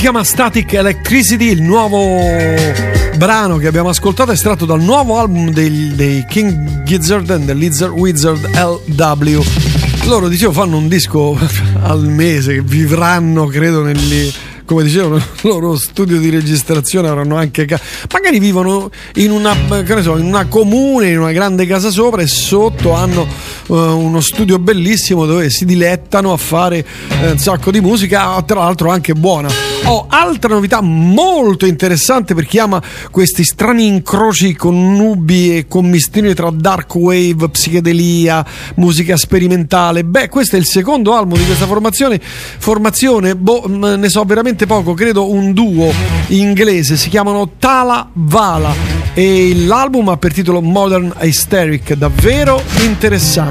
chiama Static Electricity, il nuovo brano che abbiamo ascoltato è estratto dal nuovo album dei King Gizzard and the Lizard Wizard LW. Loro, dicevo, fanno un disco al mese, che vivranno, credo, come dicevano, nel loro studio di registrazione avranno anche magari vivono in una, che ne so, in una comune, in una grande casa sopra, e sotto hanno uno studio bellissimo dove si dilettano a fare un sacco di musica, tra l'altro anche buona. Altra novità molto interessante per chi ama questi strani incroci con nubi e commistini tra dark wave, psichedelia, musica sperimentale. Questo è il secondo album di questa formazione, ne so veramente poco, credo un duo inglese, si chiamano Tala Vala e l'album ha per titolo Modern Hysteric, davvero interessante.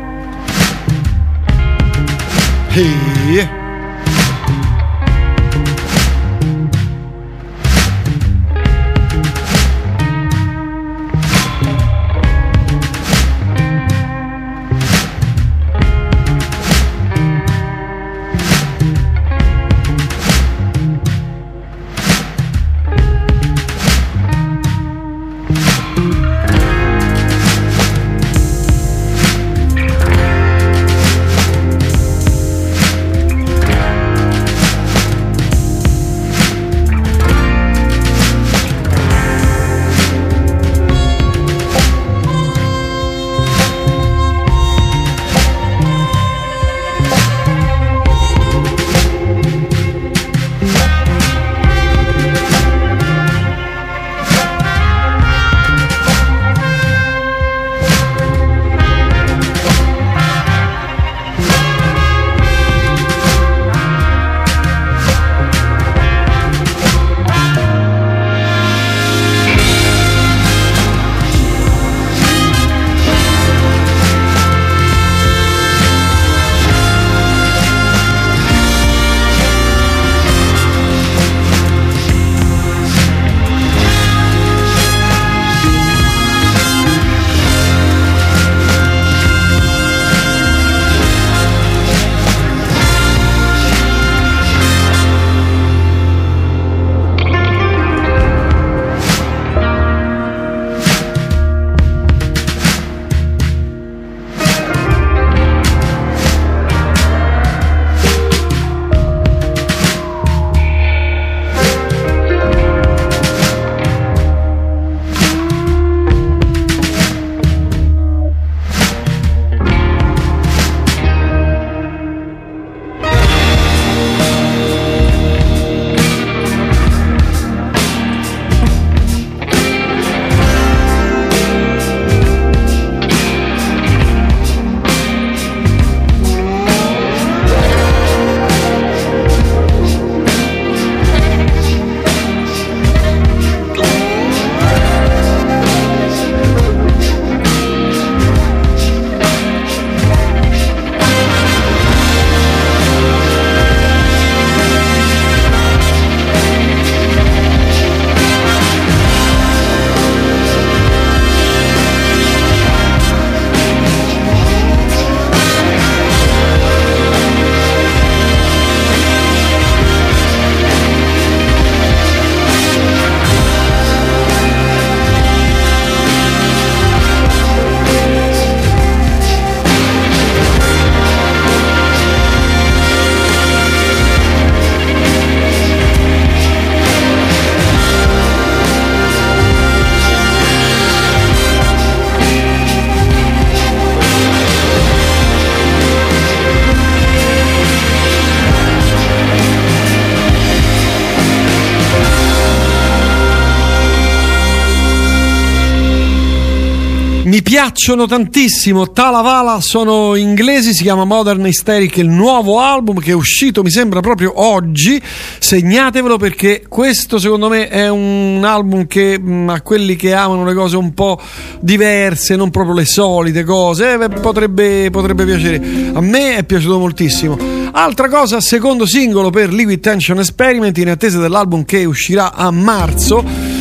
Mi piacciono tantissimo, Talavala, sono inglesi, si chiama Modern Hysteric, il nuovo album che è uscito mi sembra proprio oggi, segnatevelo perché questo secondo me è un album che a quelli che amano le cose un po' diverse, non proprio le solite cose, potrebbe piacere. A me è piaciuto moltissimo. Altra cosa, secondo singolo per Liquid Tension Experiment in attesa dell'album che uscirà a marzo.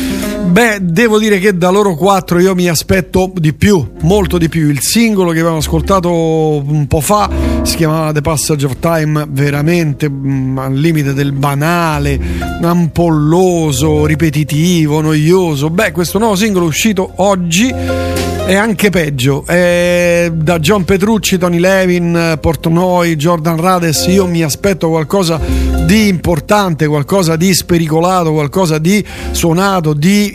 Beh, devo dire che da loro 4 io mi aspetto di più, molto di più. Il singolo che avevamo ascoltato un po' fa si chiamava The Passage of Time, veramente al limite del banale, ampolloso, ripetitivo, noioso. Beh, questo nuovo singolo uscito oggi è anche peggio, è da John Petrucci, Tony Levin, Portnoy, Jordan Rades. Io mi aspetto qualcosa di importante, qualcosa di spericolato, qualcosa di suonato, di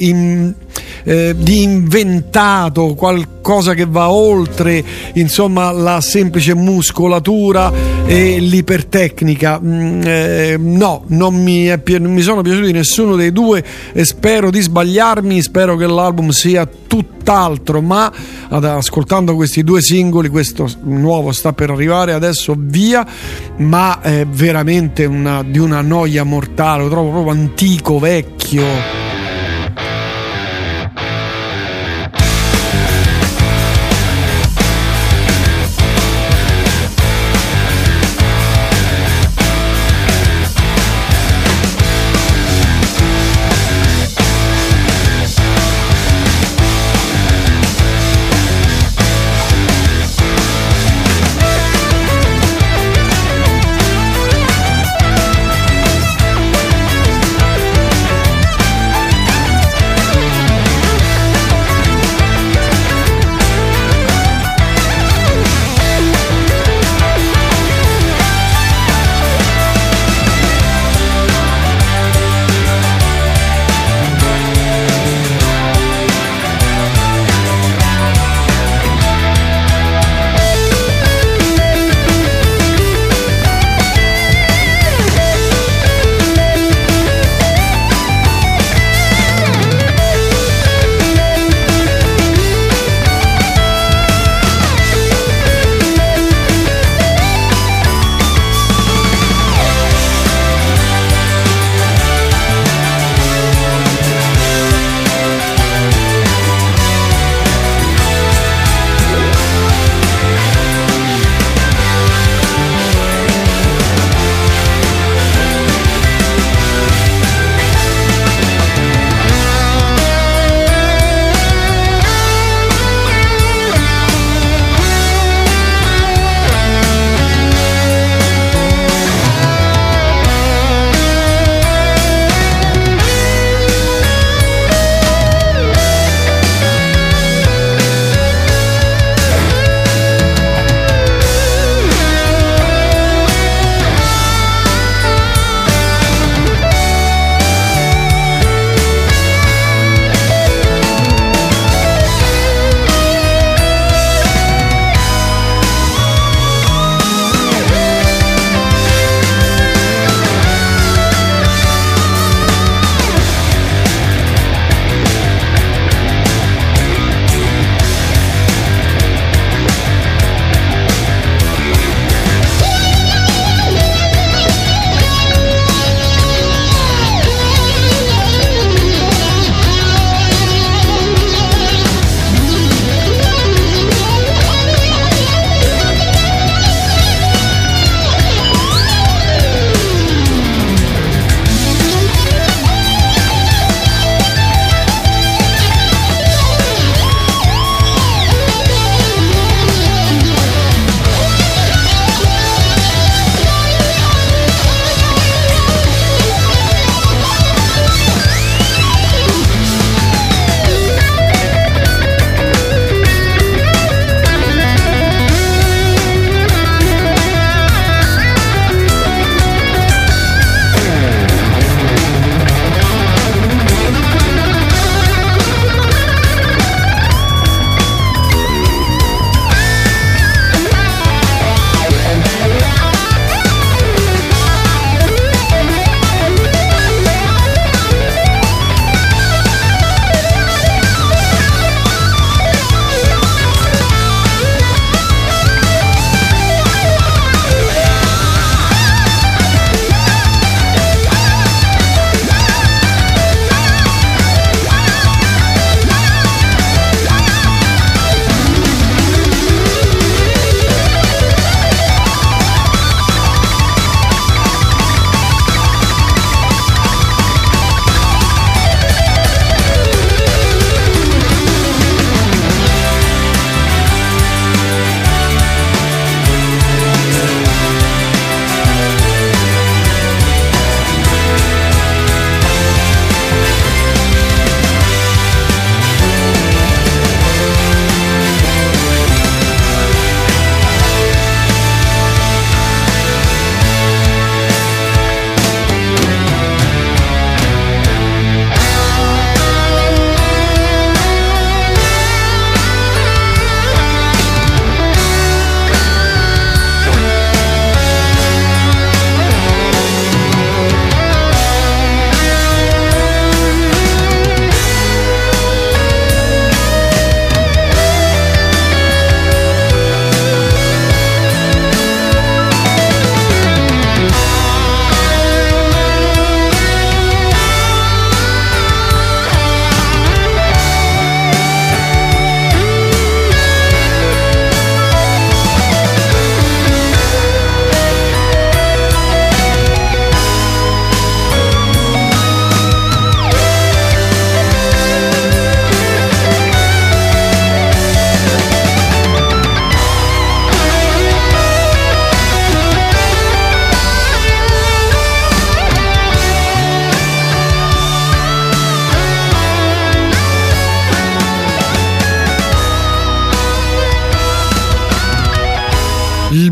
inventato, qualcosa che va oltre, insomma, la semplice muscolatura e l'ipertecnica. No, non mi sono piaciuti nessuno dei due e spero di sbagliarmi, spero che l'album sia tutt'altro, ma ascoltando questi due singoli, questo nuovo sta per arrivare adesso, via, ma è veramente di una noia mortale, lo trovo proprio antico, vecchio.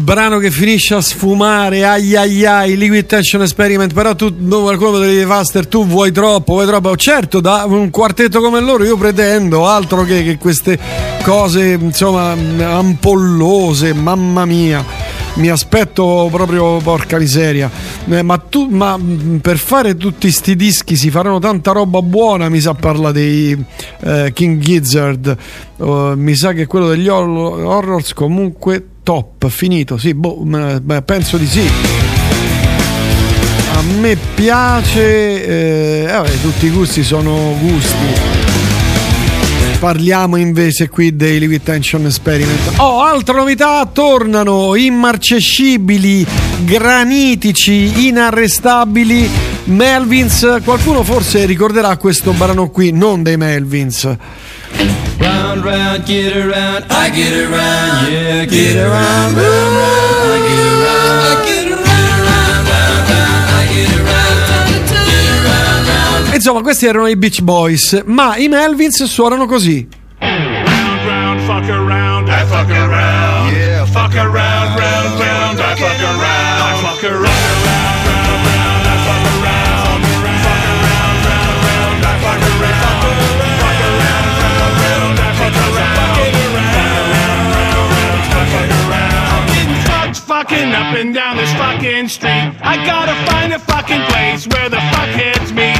brano che finisce a sfumare, ai ai ai, Liquid Tension Experiment, però tu, qualcuno delle Faster, tu vuoi troppo, certo, da un quartetto come loro io pretendo altro che queste cose, insomma, ampollose, mamma mia. Mi aspetto proprio, porca miseria, ma per fare tutti sti dischi si faranno tanta roba buona. Mi sa, parla dei King Gizzard, mi sa che quello degli Horrors comunque top, finito, sì, penso di sì. A me piace, tutti i gusti sono gusti. Parliamo invece qui dei Liquid Tension Experiment. Altra novità, tornano immarcescibili, granitici, inarrestabili Melvins. Qualcuno forse ricorderà questo brano qui, non dei Melvins. Round, round, get around, I get around, yeah, get around, round, round, I get around, I get around, round, round, I get around. Insomma, questi erano i Beach Boys, ma i Melvins suonano così. Round, round, fuck around, I fuck around, yeah, fuck around, round, round, I fuck around, I fuck around, round, round, round, I fuck around, fuck around, round, round, I fuck around, fuck around, round, round, I fuck around, I'm getting fucked fucking up and down this fucking street. I gotta find a fucking place where the fuckheads meet.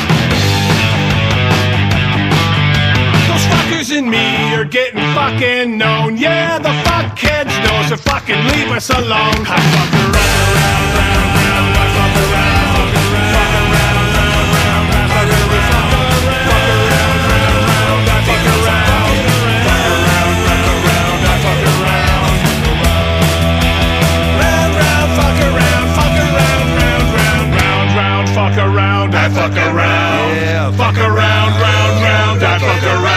And me are getting fucking known. Yeah, the fuckheads know, so fucking leave us alone. I fuck around, round, round, round, I fuck around, fuck around, fuck around, round, round, I fuck around, fuck around, round, round, I fuck around, fuck around, round, round, I fuck around, round, round, fuck around, fuck around, round, round, round, round, fuck around, I fuck around, yeah, fuck around, round, round, I fuck around.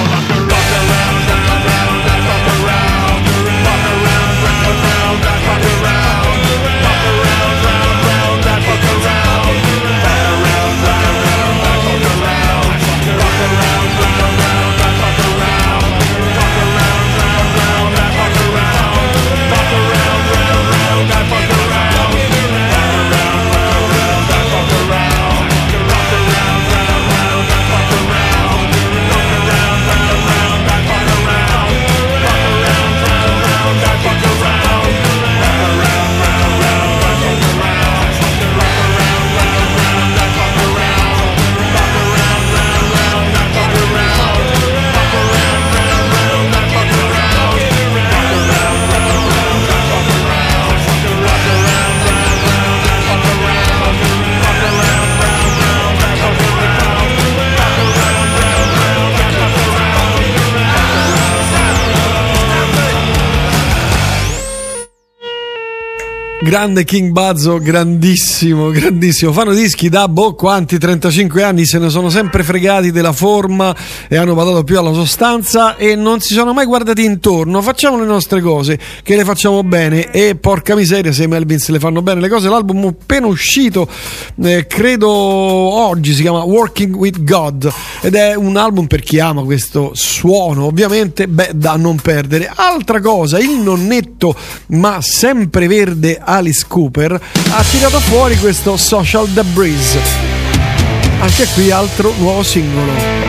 Grande King Bazzo, grandissimo, grandissimo. Fanno dischi da quanti 35 anni, se ne sono sempre fregati della forma e hanno badato più alla sostanza e non si sono mai guardati intorno. Facciamo le nostre cose, che le facciamo bene, e porca miseria se i Melvins le fanno bene le cose. L'album appena uscito, credo oggi, si chiama Working with God ed è un album per chi ama questo suono, ovviamente, da non perdere. Altra cosa, il nonnetto ma sempre verde Alice Cooper ha tirato fuori questo Social Debris, anche qui altro nuovo singolo.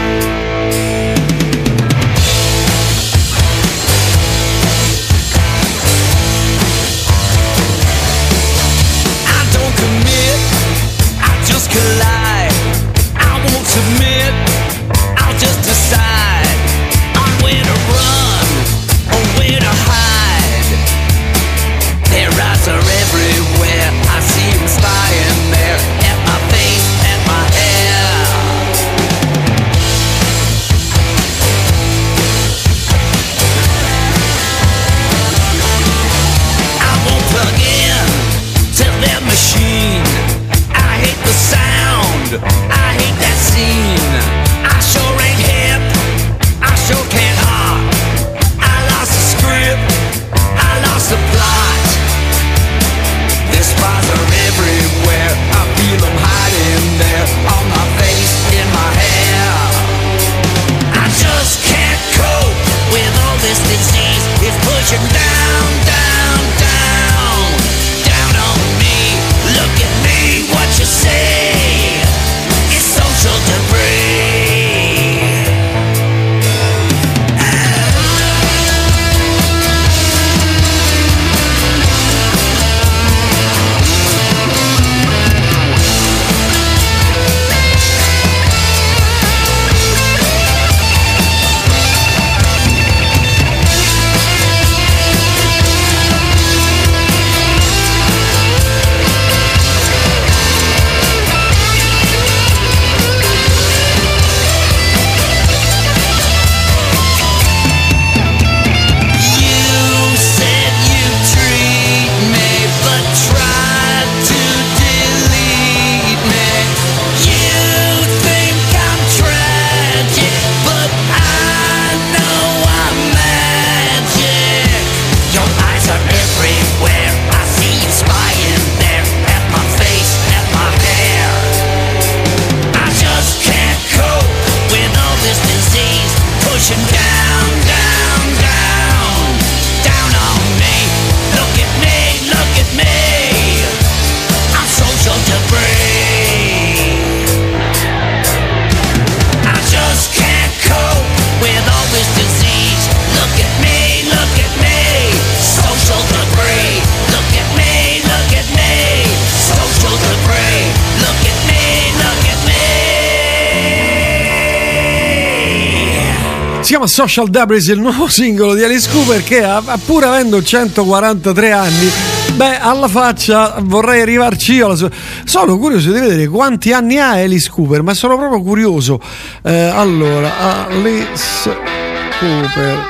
chiama Social Debris, il nuovo singolo di Alice Cooper, che pur avendo 143 anni, beh, alla faccia vorrei arrivarci io. Sono curioso di vedere quanti anni ha Alice Cooper, ma sono proprio curioso. Allora, Alice Cooper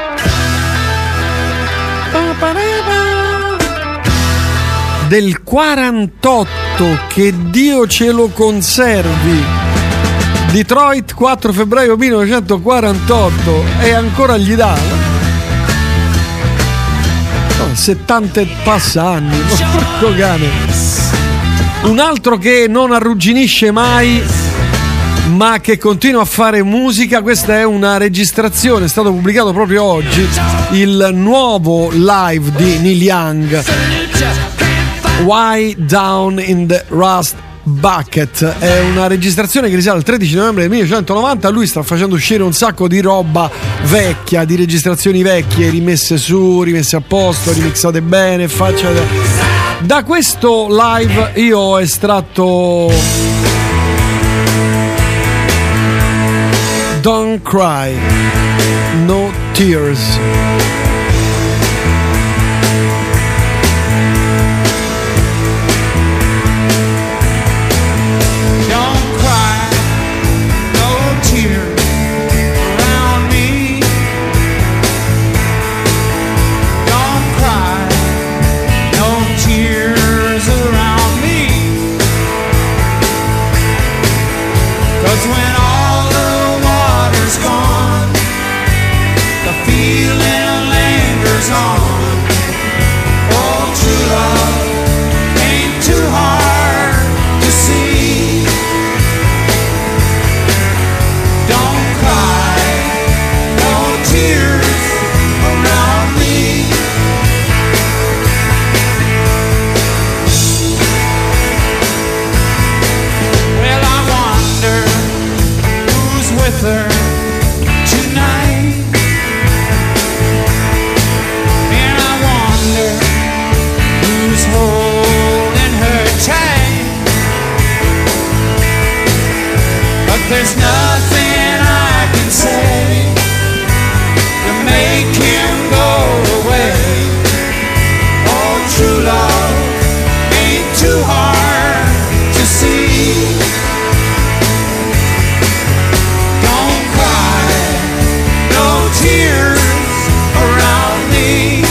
del 48, che Dio ce lo conservi. Detroit, 4 febbraio 1948, e ancora gli dà 70 e passa anni, porco cane. Un altro che non arrugginisce mai, ma che continua a fare musica. Questa è una registrazione, è stato pubblicato proprio oggi il nuovo live di Neil Young, Why Down in the Rust Bucket. È una registrazione che risale al 13 novembre del 1990. Lui sta facendo uscire un sacco di roba vecchia, di registrazioni vecchie, rimesse su, rimesse a posto, remixate bene. Da questo live io ho estratto Don't Cry, No Tears. When all the water's gone, the feeling lingers on. Oh, true love ain't too hard to see. Don't cry, no tears around me. Well, I wonder with her tonight, and I wonder who's holding her tight. But there's nothing I can say to make him go away. Oh, true love ain't too hard to see. Tears around me.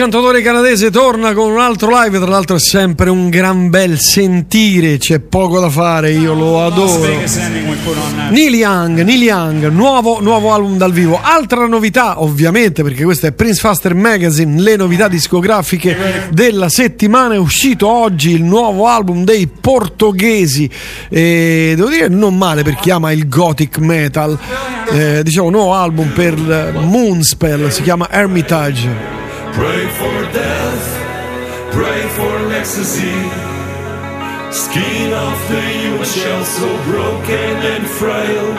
cantautore canadese torna con un altro live, tra l'altro è sempre un gran bel sentire, c'è poco da fare, io lo adoro. Neil Young, nuovo album dal vivo. Altra novità, ovviamente, perché questo è Prince Faster Magazine, le novità discografiche della settimana. È uscito oggi il nuovo album dei portoghesi, devo dire non male per chi ama il gothic metal, diciamo nuovo album per Moonspell, si chiama Hermitage. Pray for death, pray for ecstasy. Skin of the human shell so broken and frail.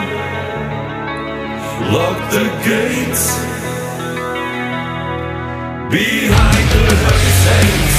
Lock the gates behind the heavy saints.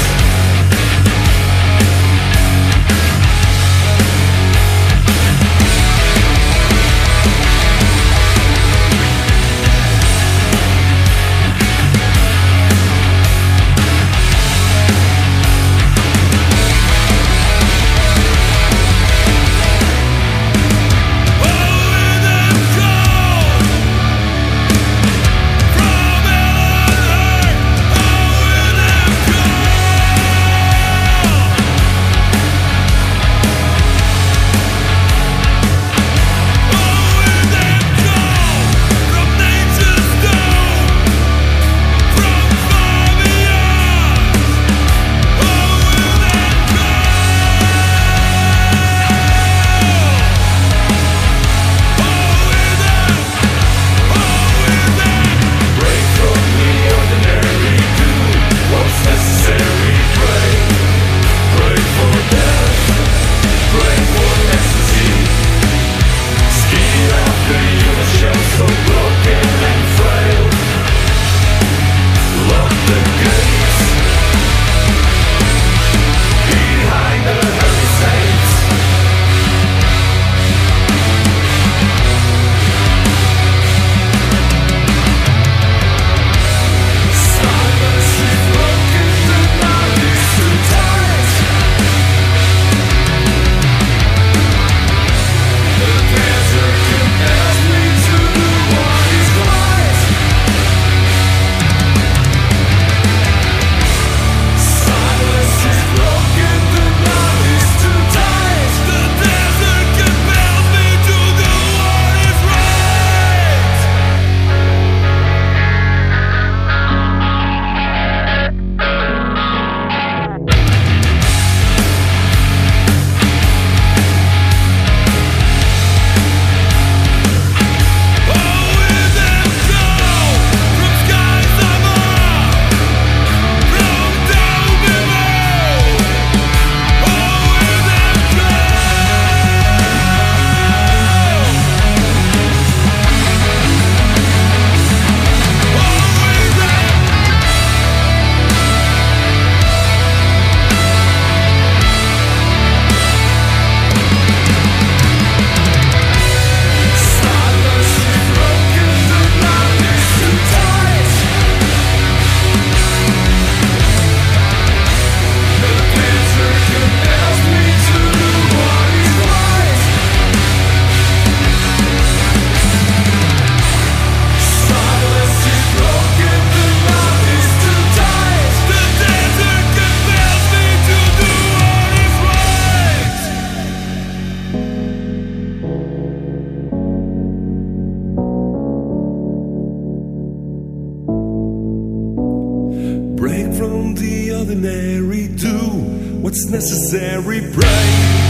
ordinary, do what's necessary. Pray,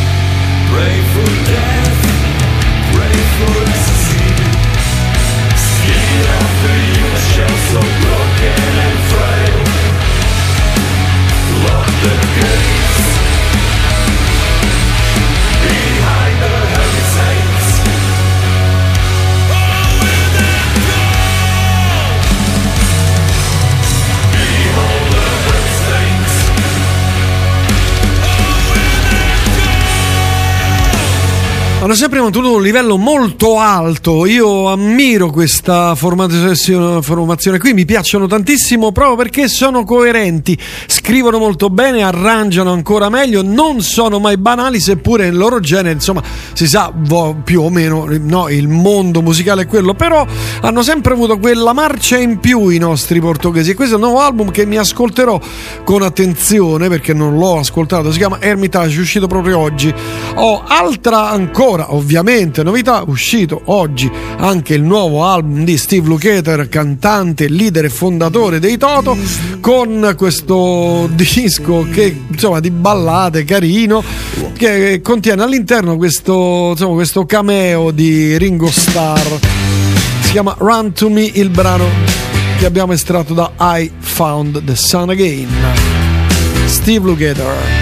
pray for death, pray for ecstasy. Skin of the human shell so broken and frail. Lock the gates behind the heavy saints. Hanno sempre mantenuto un livello molto alto. Io ammiro questa formazione qui, mi piacciono tantissimo proprio perché sono coerenti, scrivono molto bene, arrangiano ancora meglio, non sono mai banali, seppure nel loro genere, insomma, si sa più o meno, no, il mondo musicale è quello, però hanno sempre avuto quella marcia in più i nostri portoghesi, e questo è un nuovo album che mi ascolterò con attenzione perché non l'ho ascoltato, si chiama Hermitage, uscito proprio oggi. Altra ancora, ovviamente, novità, uscito oggi anche il nuovo album di Steve Lukather, cantante, leader e fondatore dei Toto, con questo disco che insomma di ballate carino, che contiene all'interno questo cameo di Ringo Starr. Si chiama Run to Me, il brano che abbiamo estratto da I Found the Sun Again. Steve Lukather.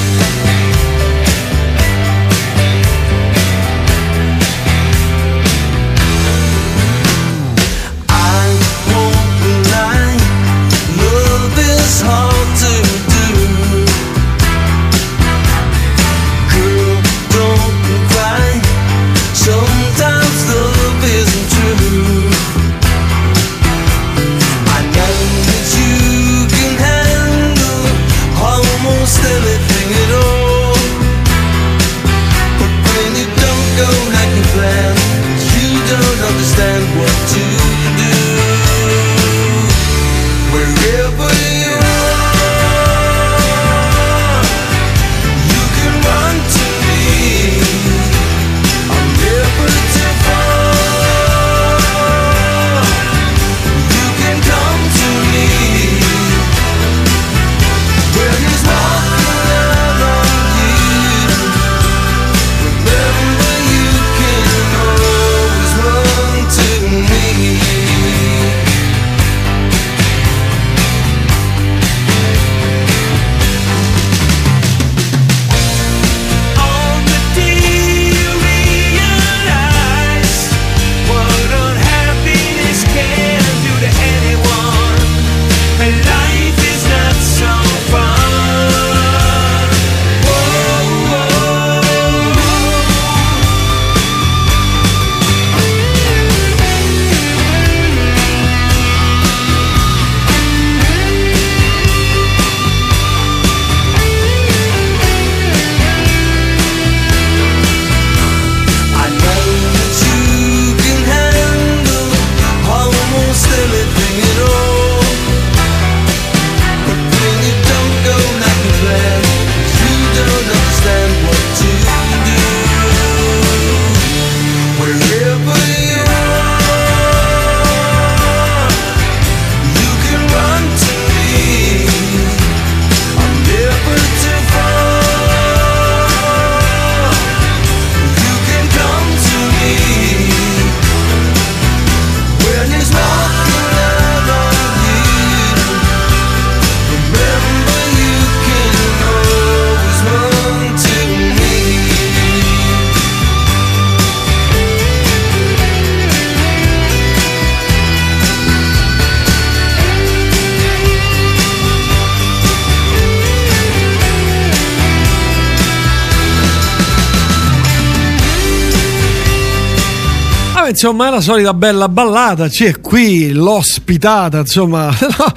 Insomma, è la solita bella ballata, c'è qui l'ospitata, insomma,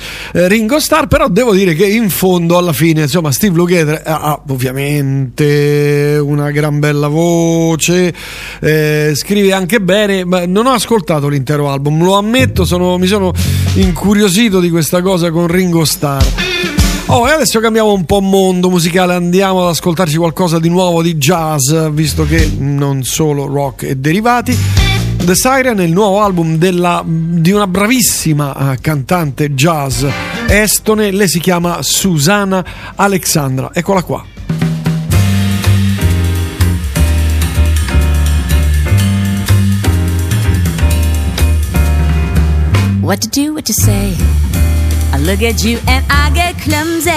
Ringo Starr, però devo dire che in fondo alla fine, insomma, Steve Lukather ha ovviamente una gran bella voce, scrive anche bene, ma non ho ascoltato l'intero album, lo ammetto, mi sono incuriosito di questa cosa con Ringo Starr. E adesso cambiamo un po' mondo musicale, andiamo ad ascoltarci qualcosa di nuovo di jazz, visto che non solo rock e derivati. The Siren è il nuovo album di una bravissima cantante jazz estone, lei si chiama Susanna Alexandra, eccola qua. What to do, what to say, I look at you and I get clumsy,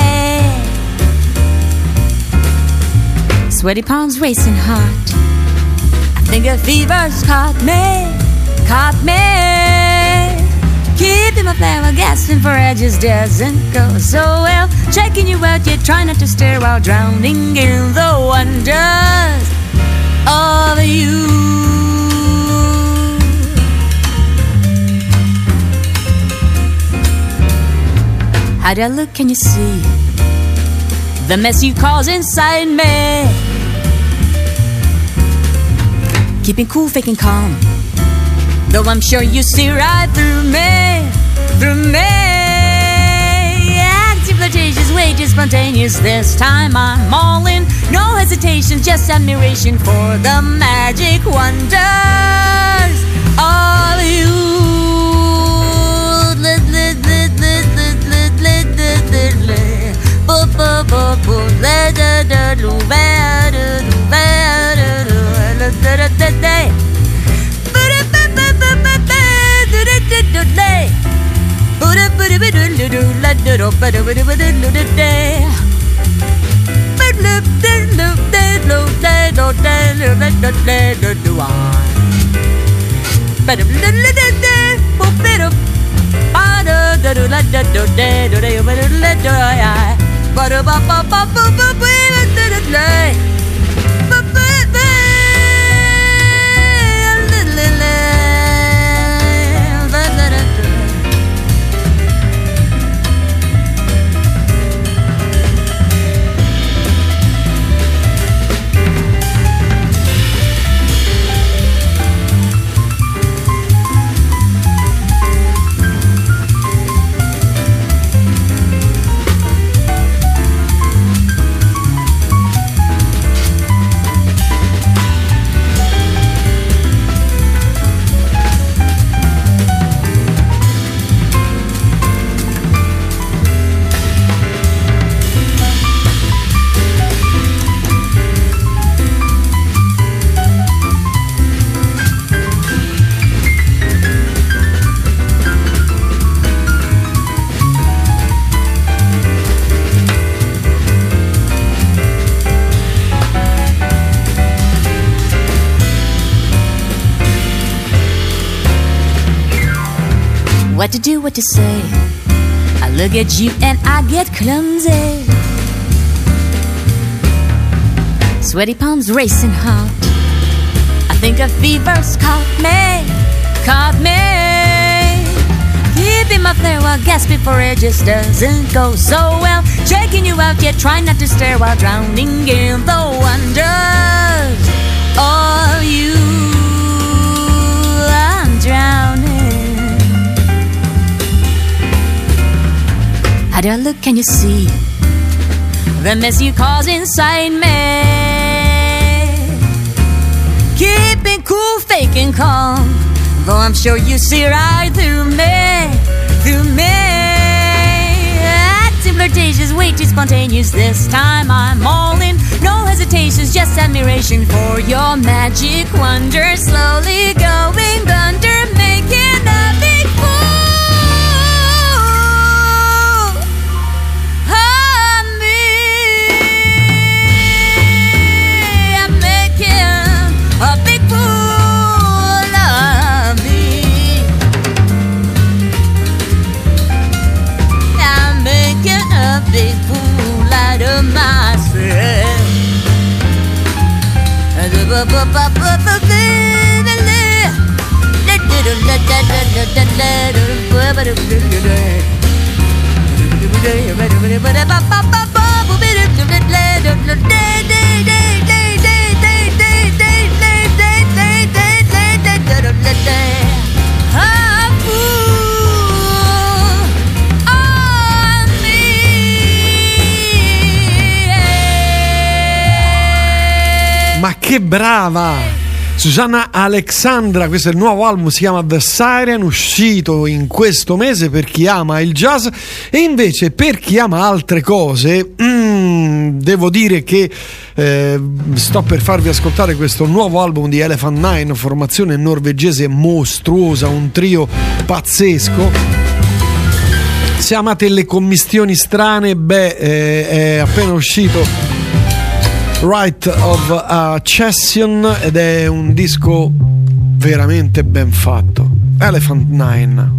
sweaty palms racing hot, think a fever's caught me. Keeping my flabbergasting for edges doesn't go so well. Checking you out, you try not to stare while drowning in the wonders of you. How do I look, can you see the mess you cause inside me? Keeping cool, faking calm, though I'm sure you see right through me, through me. Active, flirtatious, way too spontaneous. This time I'm all in, no hesitation, just admiration for the magic wonders of you. What to do, what to say, I look at you and I get clumsy. Sweaty palms racing hot, I think a fever's caught me, caught me. Keeping my flare while gasping for air just doesn't go so well. Checking you out yet trying not to stare while drowning in the wonders of you. I'm drowning. How do I look, can you see the mess you cause inside me? Keeping cool, faking calm, though I'm sure you see right through me, through me. Acting flirtatious, way too spontaneous. This time I'm all in, no hesitations, just admiration for your magic wonder. Slowly going under, making a big fool. A big fool of me. I'm making a big fool out of myself. Ma che brava! Susanna Alexandra, questo è il nuovo album, si chiama The Siren, uscito in questo mese per chi ama il jazz. E invece per chi ama altre cose, devo dire che sto per farvi ascoltare questo nuovo album di Elephant Nine, formazione norvegese mostruosa, un trio pazzesco. Se amate le commistioni strane, è appena uscito Rite of Accession ed è un disco veramente ben fatto. Elephant Nine.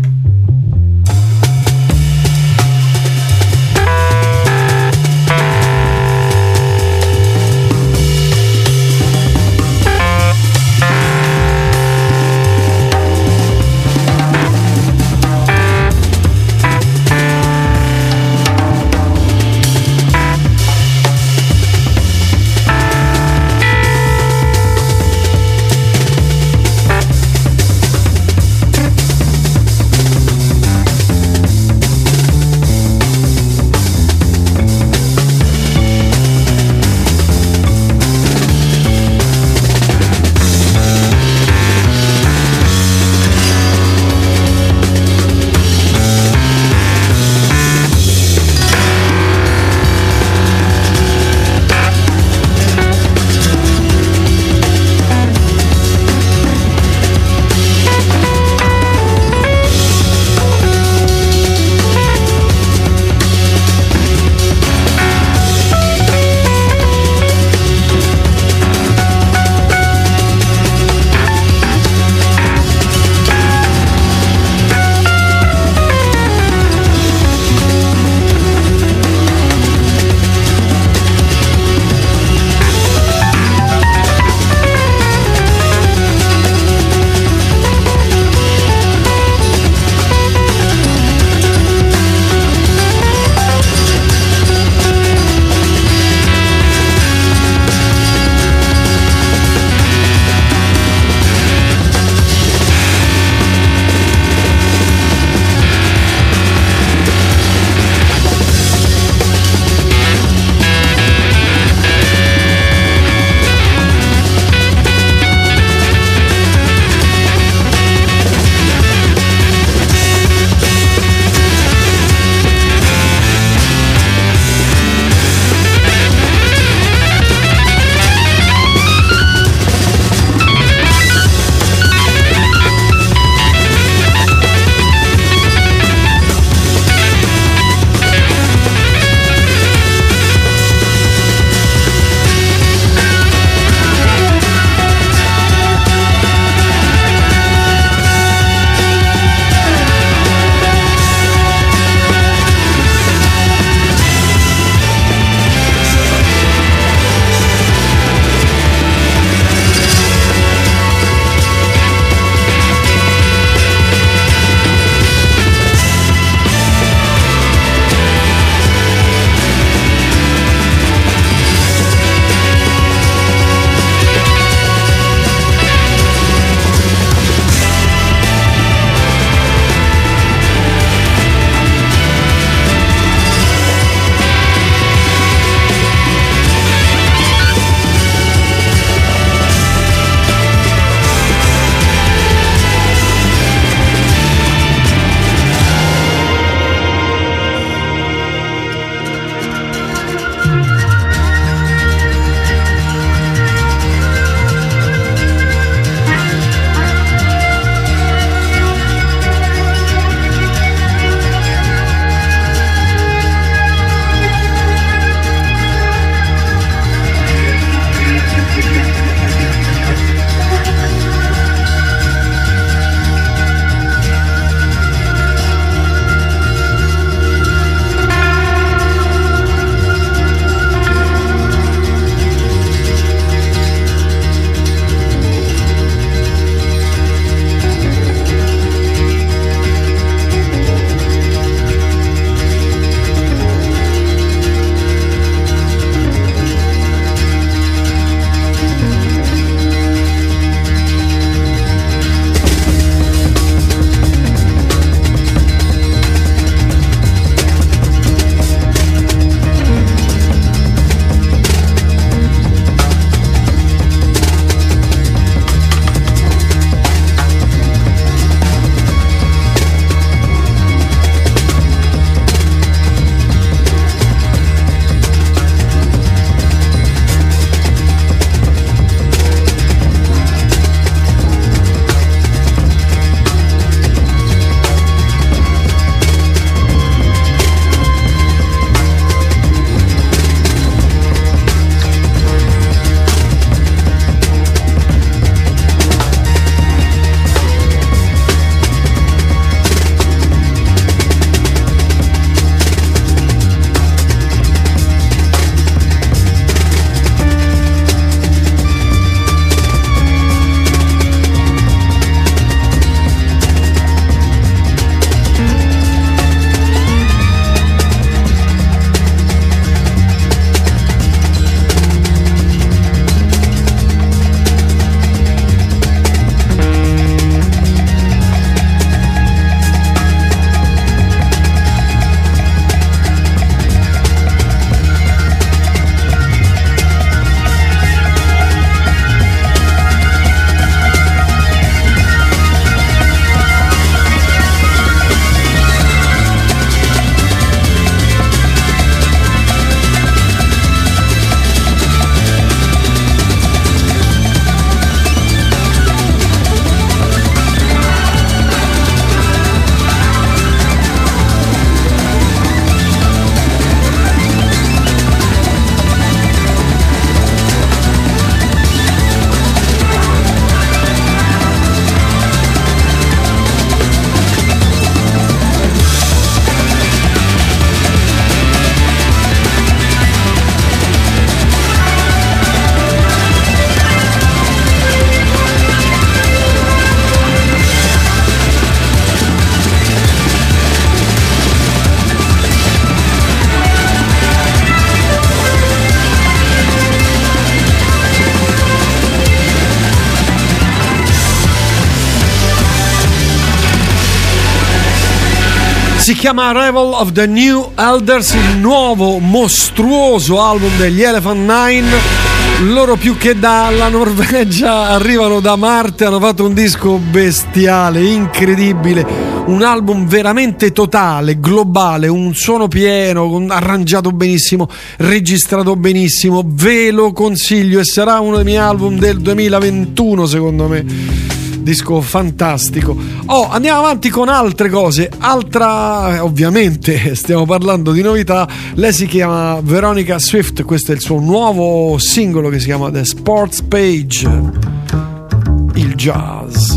Si chiama Arrival of the New Elders, il nuovo mostruoso album degli Elephant Nine. Loro più che dalla Norvegia arrivano da Marte, hanno fatto un disco bestiale, incredibile, un album veramente totale, globale, un suono pieno, arrangiato benissimo, registrato benissimo, ve lo consiglio e sarà uno dei miei album del 2021 secondo me. Disco fantastico. Andiamo avanti con altre cose. Ovviamente stiamo parlando di novità. Lei si chiama Veronica Swift, questo è il suo nuovo singolo che si chiama The Sports Page, il jazz.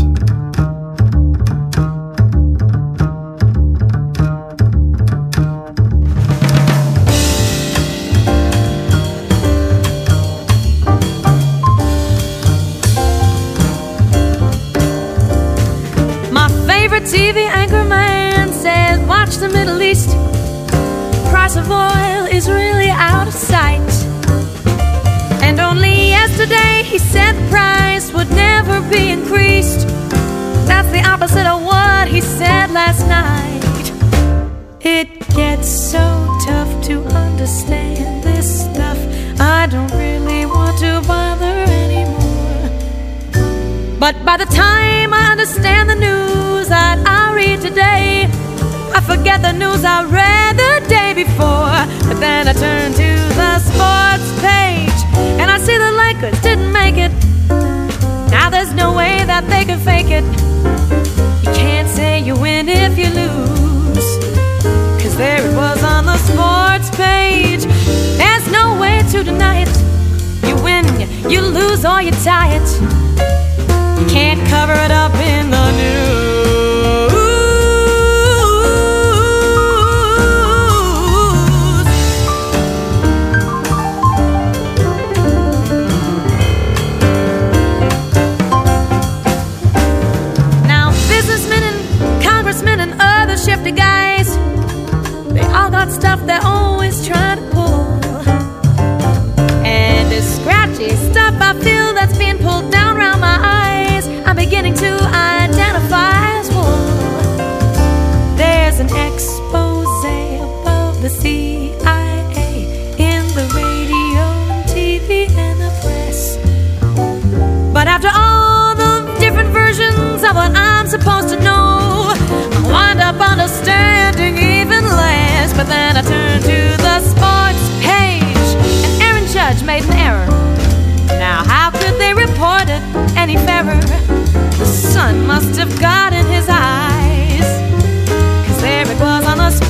TV anchorman said, watch the Middle East. Price of oil is really out of sight. And only yesterday he said the price would never be increased. That's the opposite of what he said last night. It gets so tough to understand this stuff. I don't really want to bother anymore. But by the time I understand the news that I read today, I forget the news I read the day before. But then I turn to the sports page and I see the Lakers didn't make it. Now there's no way that they can fake it. You can't say you win if you lose, 'cause there it was on the sports page. There's no way to deny it. You win, you lose, or you tie it. You can't cover it up in the news. Now businessmen and congressmen and other shifty guys, they all got stuff they're always trying to pull. And this scratchy stuff I feel that's being pulled down around my eyes, I'm beginning to identify as wool. There's an expose above the CIA in the radio and TV and the press. But after all the different versions of what I'm supposed to know, I wind up understanding even less. But then I turn to the sports page and Aaron Judge made an error. Now how could they report it any fairer? The sun must have got in his eyes, 'cause there it was on the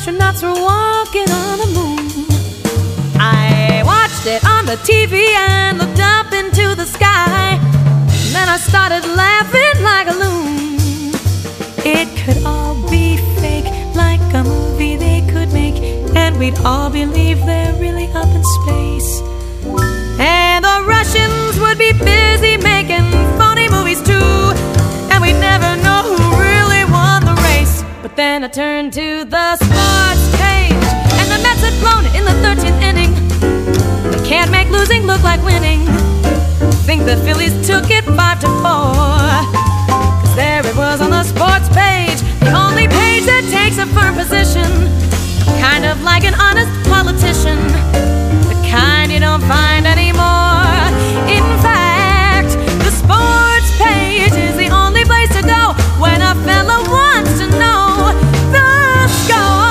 astronauts were walking on the moon. I watched it on the TV and looked up into the sky. Then I started laughing like a loon. It could all be fake, like a movie they could make, and we'd all believe they're really up in space. And the Russians would be busy making phony movies too, and we'd never know who really won the race. But then I turned to the sports page, and the Mets had blown it in the 13th inning. They can't make losing look like winning. Think the Phillies took it 5-4. Cause there it was on the sports page, the only page that takes a firm position, kind of like an honest politician, the kind you don't find anymore. In fact, the sports page is the only place to go when a fella wants to know the score.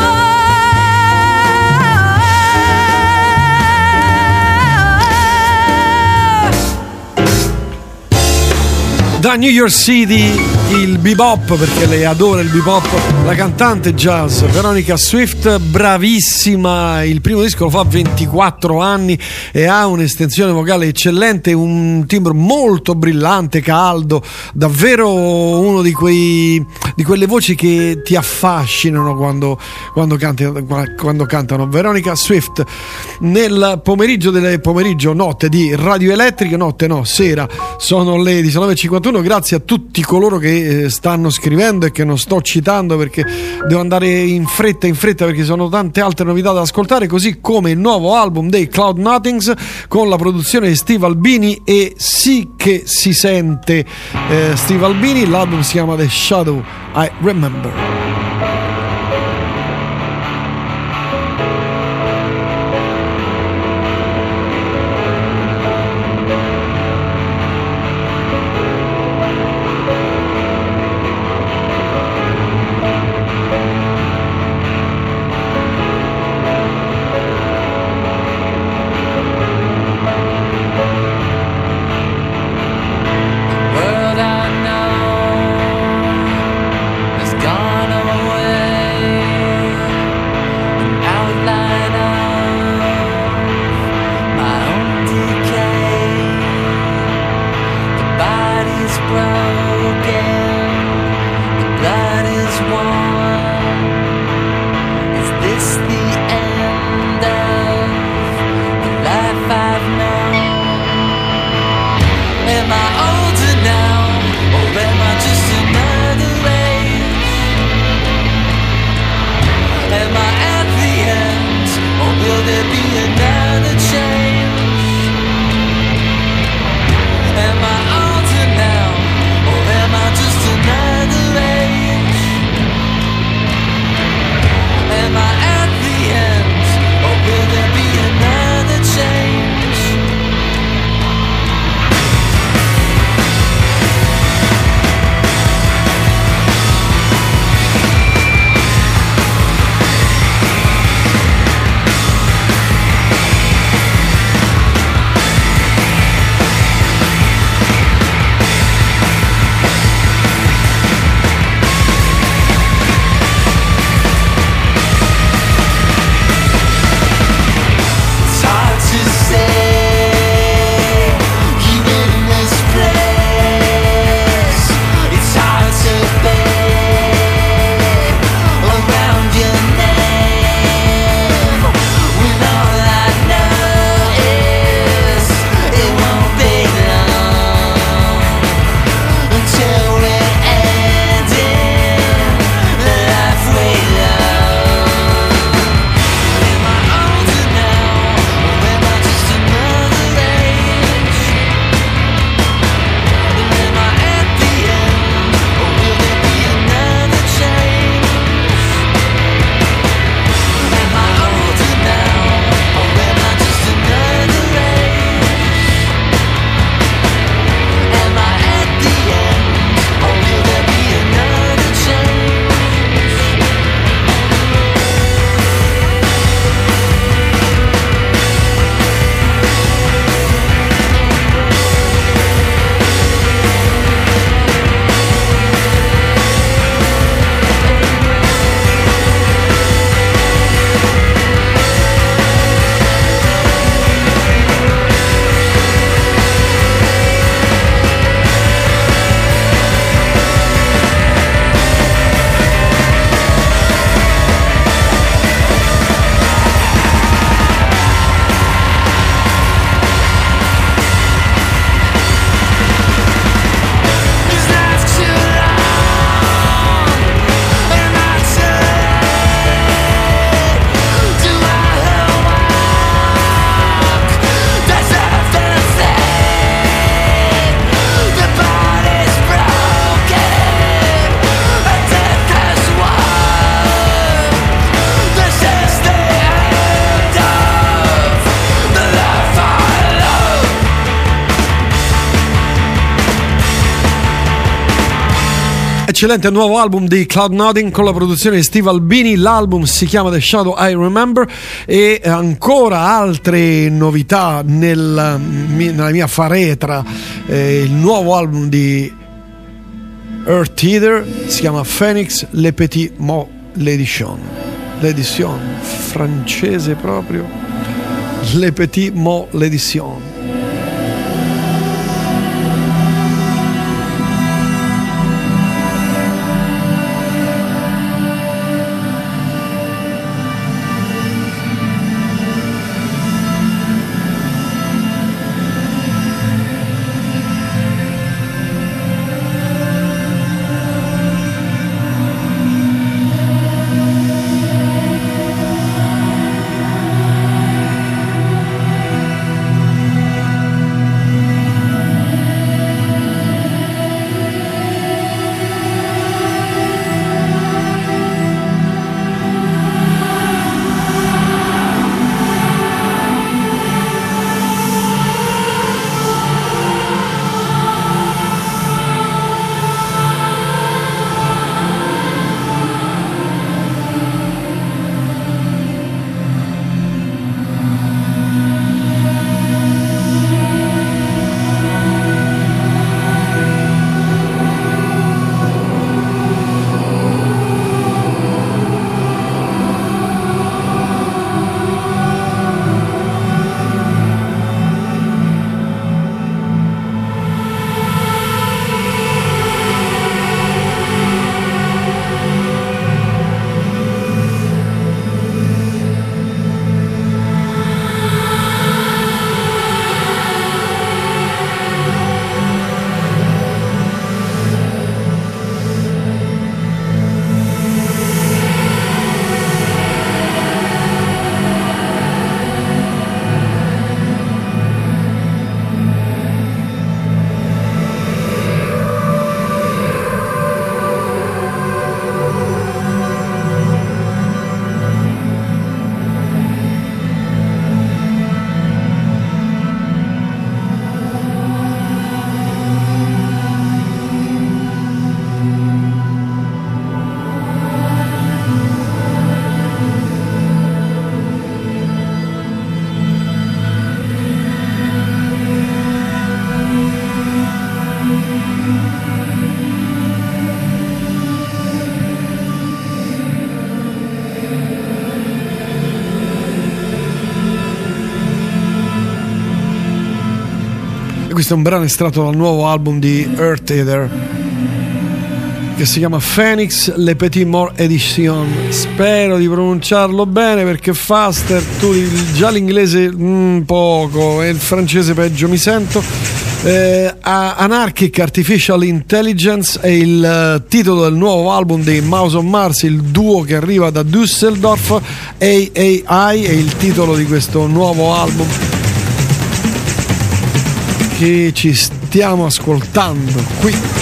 Da New York City il bebop, perché lei adora il bebop, la cantante jazz Veronica Swift, bravissima. Il primo disco lo fa a 24 anni e ha un'estensione vocale eccellente, un timbro molto brillante, caldo, davvero uno di quelle voci che ti affascinano quando cantano. Veronica Swift nel notte di Radio Elettrica, sera, sono le 19:51. Grazie a tutti coloro che stanno scrivendo e che non sto citando perché devo andare in fretta perché sono tante altre novità da ascoltare, così come il nuovo album dei Cloud Nothings con la produzione di Steve Albini, e sì che si sente Steve Albini. L'album si chiama The Shadow I Remember. World I know has gone Eccellente nuovo album di Cloud Nodding con la produzione di Steve Albini. L'album si chiama The Shadow I Remember. E ancora altre novità nella mia faretra. Il nuovo album di Earth Eater si chiama Phoenix Le Petit Mot l'edition francese proprio. Le Petit Mot l'edition. Questo è un brano estratto dal nuovo album di Earth Eater che si chiama Phoenix Le Petit Mort Edition. Spero di pronunciarlo bene perché Faster, tu già l'inglese poco e il francese peggio mi sento. Anarchic Artificial Intelligence è il titolo del nuovo album dei Mouse on Mars, il duo che arriva da Düsseldorf. AAI è il titolo di questo nuovo album che ci stiamo ascoltando qui.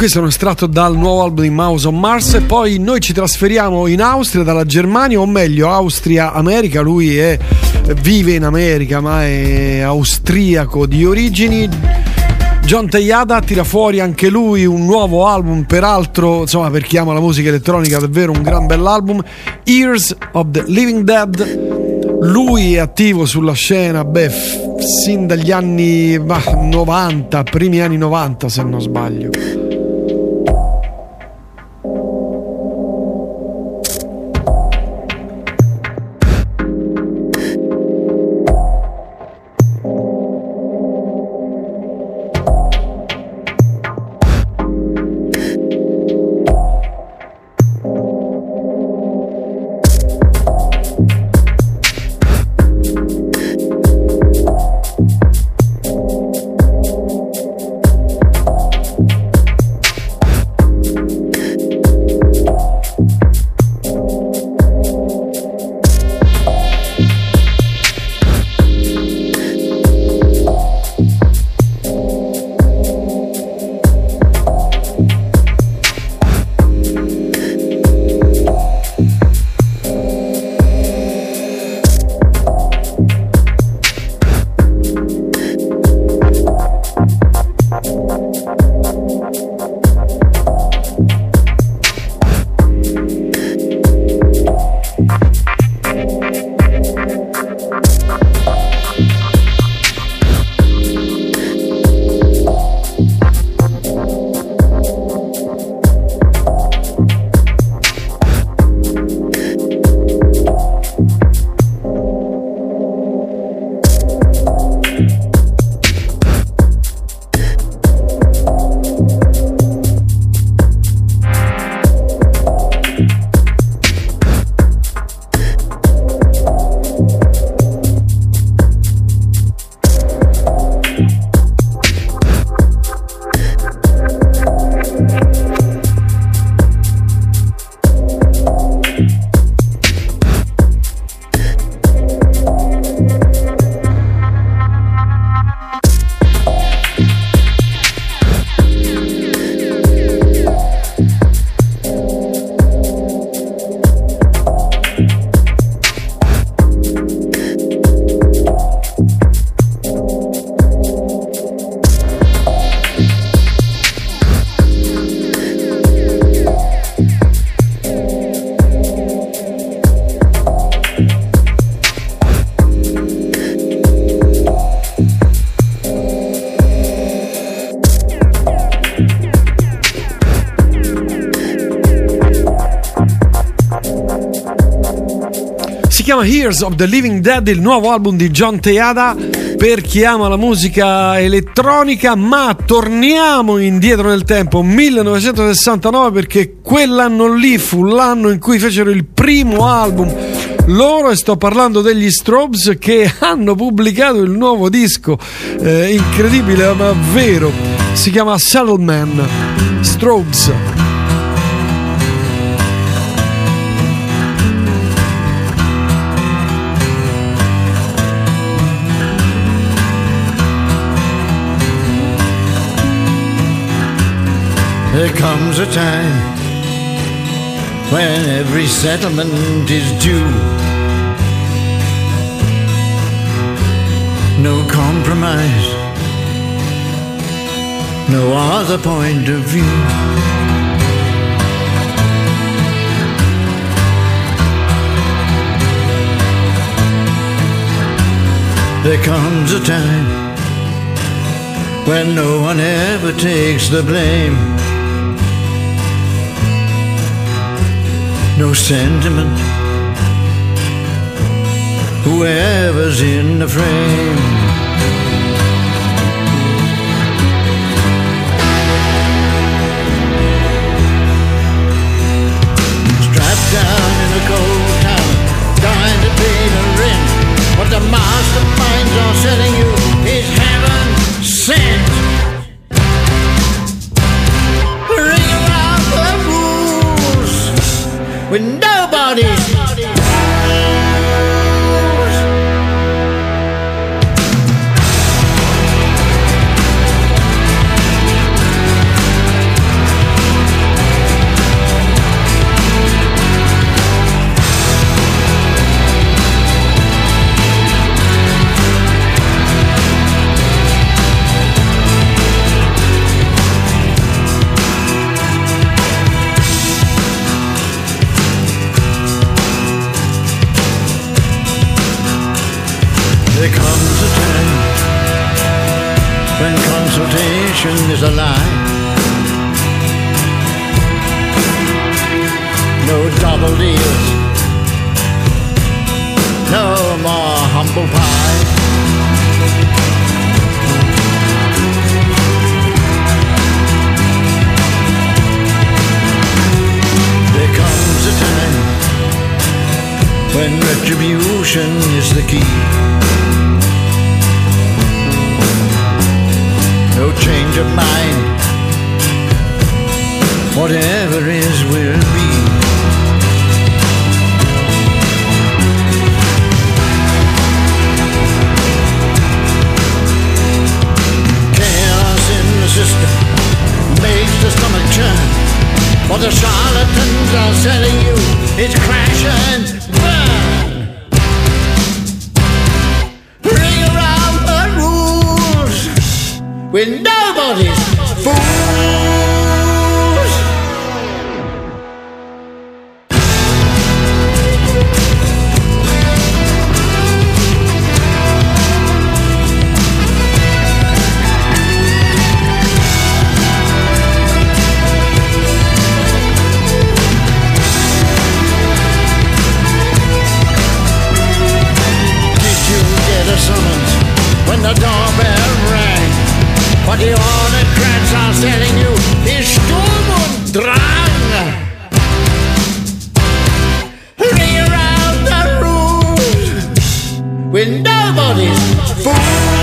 questo è un estratto dal nuovo album di Mouse on Mars. E poi noi ci trasferiamo in Austria dalla Germania, o meglio Austria-America. Lui vive in America ma è austriaco di origini. John Tejada tira fuori anche lui un nuovo album, peraltro insomma, per chi ama la musica elettronica davvero un gran bell'album, Years of the Living Dead. Lui è attivo sulla scena sin dagli anni 90, primi anni 90 se non sbaglio. Si chiama Years of the Living Dead, il nuovo album di John Tejada per chi ama la musica elettronica. Ma torniamo indietro nel tempo, 1969, perché quell'anno lì fu l'anno in cui fecero il primo album loro, e sto parlando degli Strobes, che hanno pubblicato il nuovo disco, incredibile ma vero, si chiama Settlement. Strobes. There comes a time when every settlement is due. No compromise, no other point of view. There comes a time when no one ever takes the blame. No sentiment, whoever's in the frame. Strapped down in a cold town, trying to pay the rent. What the masterminds are selling you is heaven sent. Ring around the rules with nobody. when consultation is a lie. No double deals, no more humble pie. There comes a time when retribution is the key. No change of mind, whatever is will be. Chaos in the system makes the stomach churn. What the charlatans are selling you is crash and burn. Ring around the rules with nobody's fools. When the doorbell rang, what the autocrats are selling you is Sturm und Drang. Ring around the rules with nobody's fools.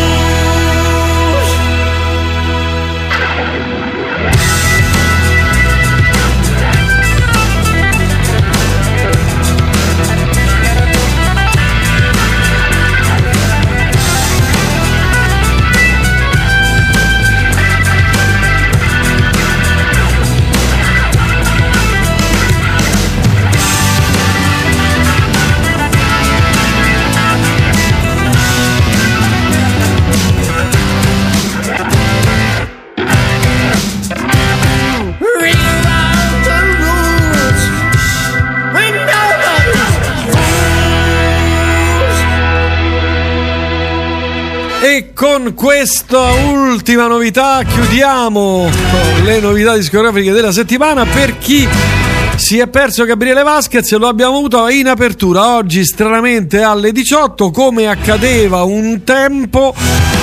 E con questa ultima novità chiudiamo le novità discografiche della settimana. Per chi si è perso Gabriele Vasquez, lo abbiamo avuto in apertura oggi stranamente alle 18, come accadeva un tempo,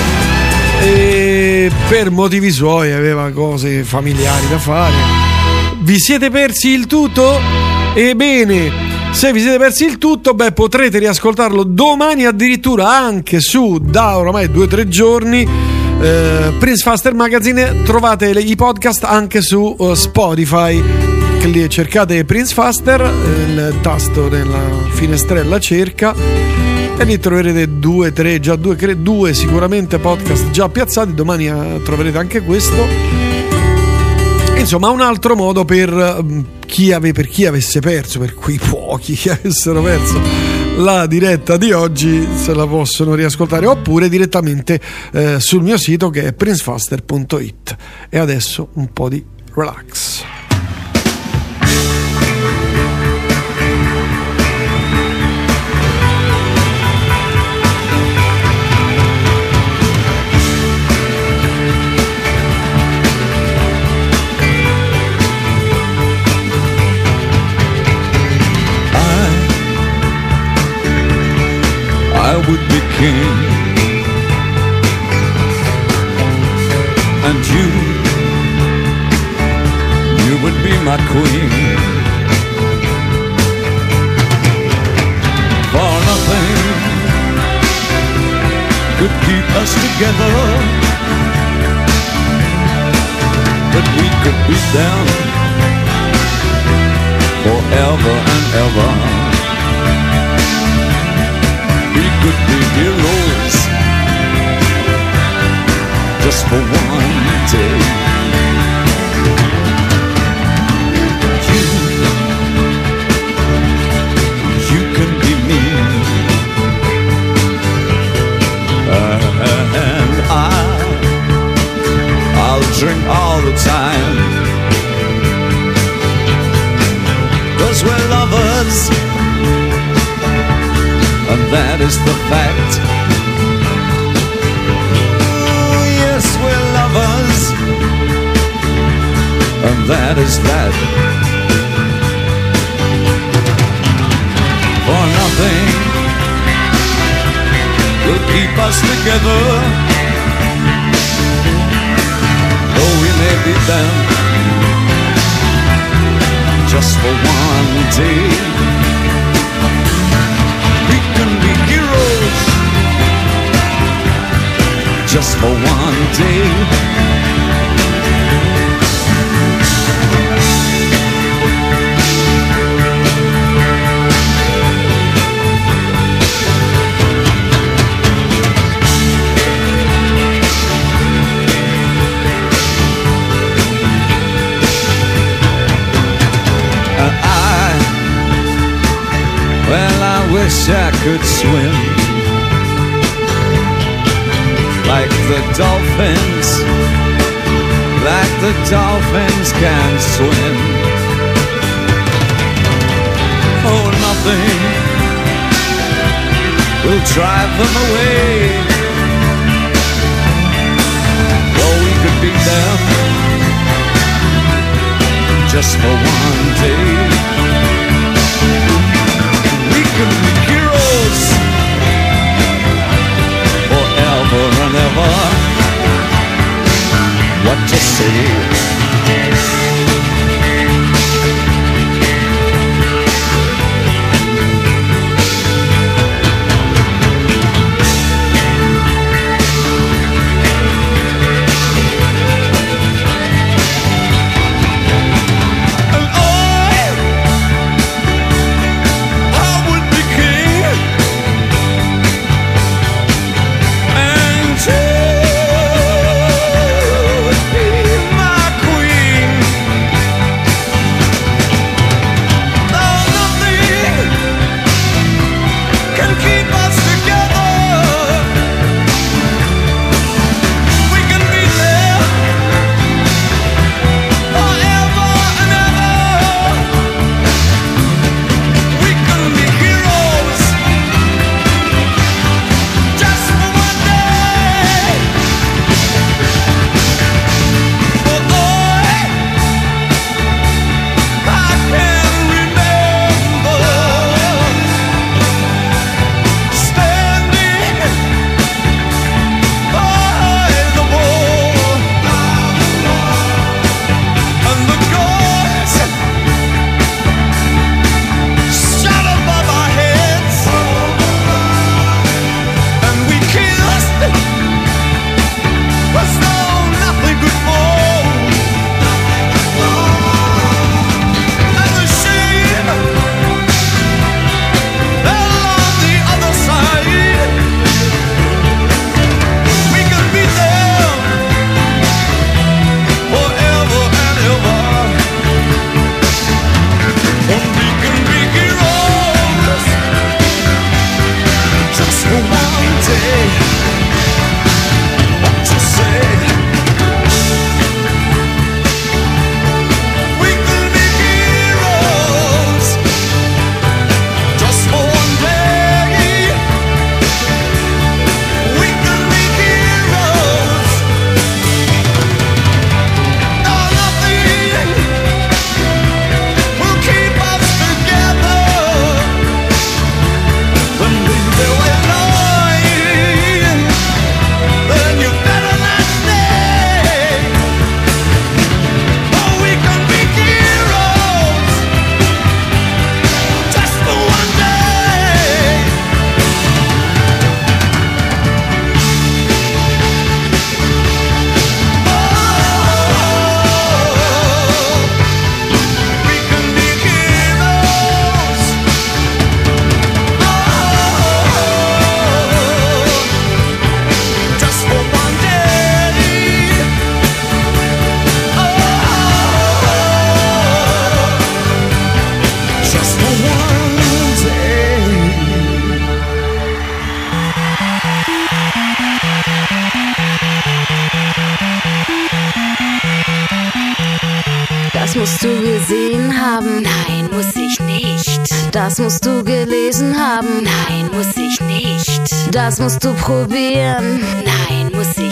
e per motivi suoi aveva cose familiari da fare. Vi siete persi il tutto? Ebbene, se vi siete persi il tutto, potrete riascoltarlo domani, addirittura anche su, da ormai 2 o 3 giorni, Prince Faster Magazine. Trovate i podcast anche su Spotify. Cercate Prince Faster, il tasto nella finestrella cerca, e lì troverete 2, 3, già 2 sicuramente podcast già piazzati. Domani troverete anche questo. Insomma, un altro modo per chi avesse perso, per quei pochi che avessero perso la diretta di oggi, se la possono riascoltare, oppure direttamente sul mio sito, che è princefaster.it. E adesso un po' di relax. I would be king, and you would be my queen. For nothing could keep us together, but we could be them forever and ever. We could be heroes just for one day. You can be me, and I'll drink all the time, 'cause we're lovers, and that is the fact. Oh, yes, we're and that is that. For nothing will keep us together, though we may be them just for one day. We can be heroes just for one day. Well, I wish I could swim like the dolphins can swim. Oh, nothing will drive them away. Oh, we could beat them just for one day. We can be heroes forever and ever. What you say? Das musst du gesehen haben. Nein, muss ich nicht. Das musst du gelesen haben. Nein, muss ich nicht. Das musst du probieren. Nein, muss ich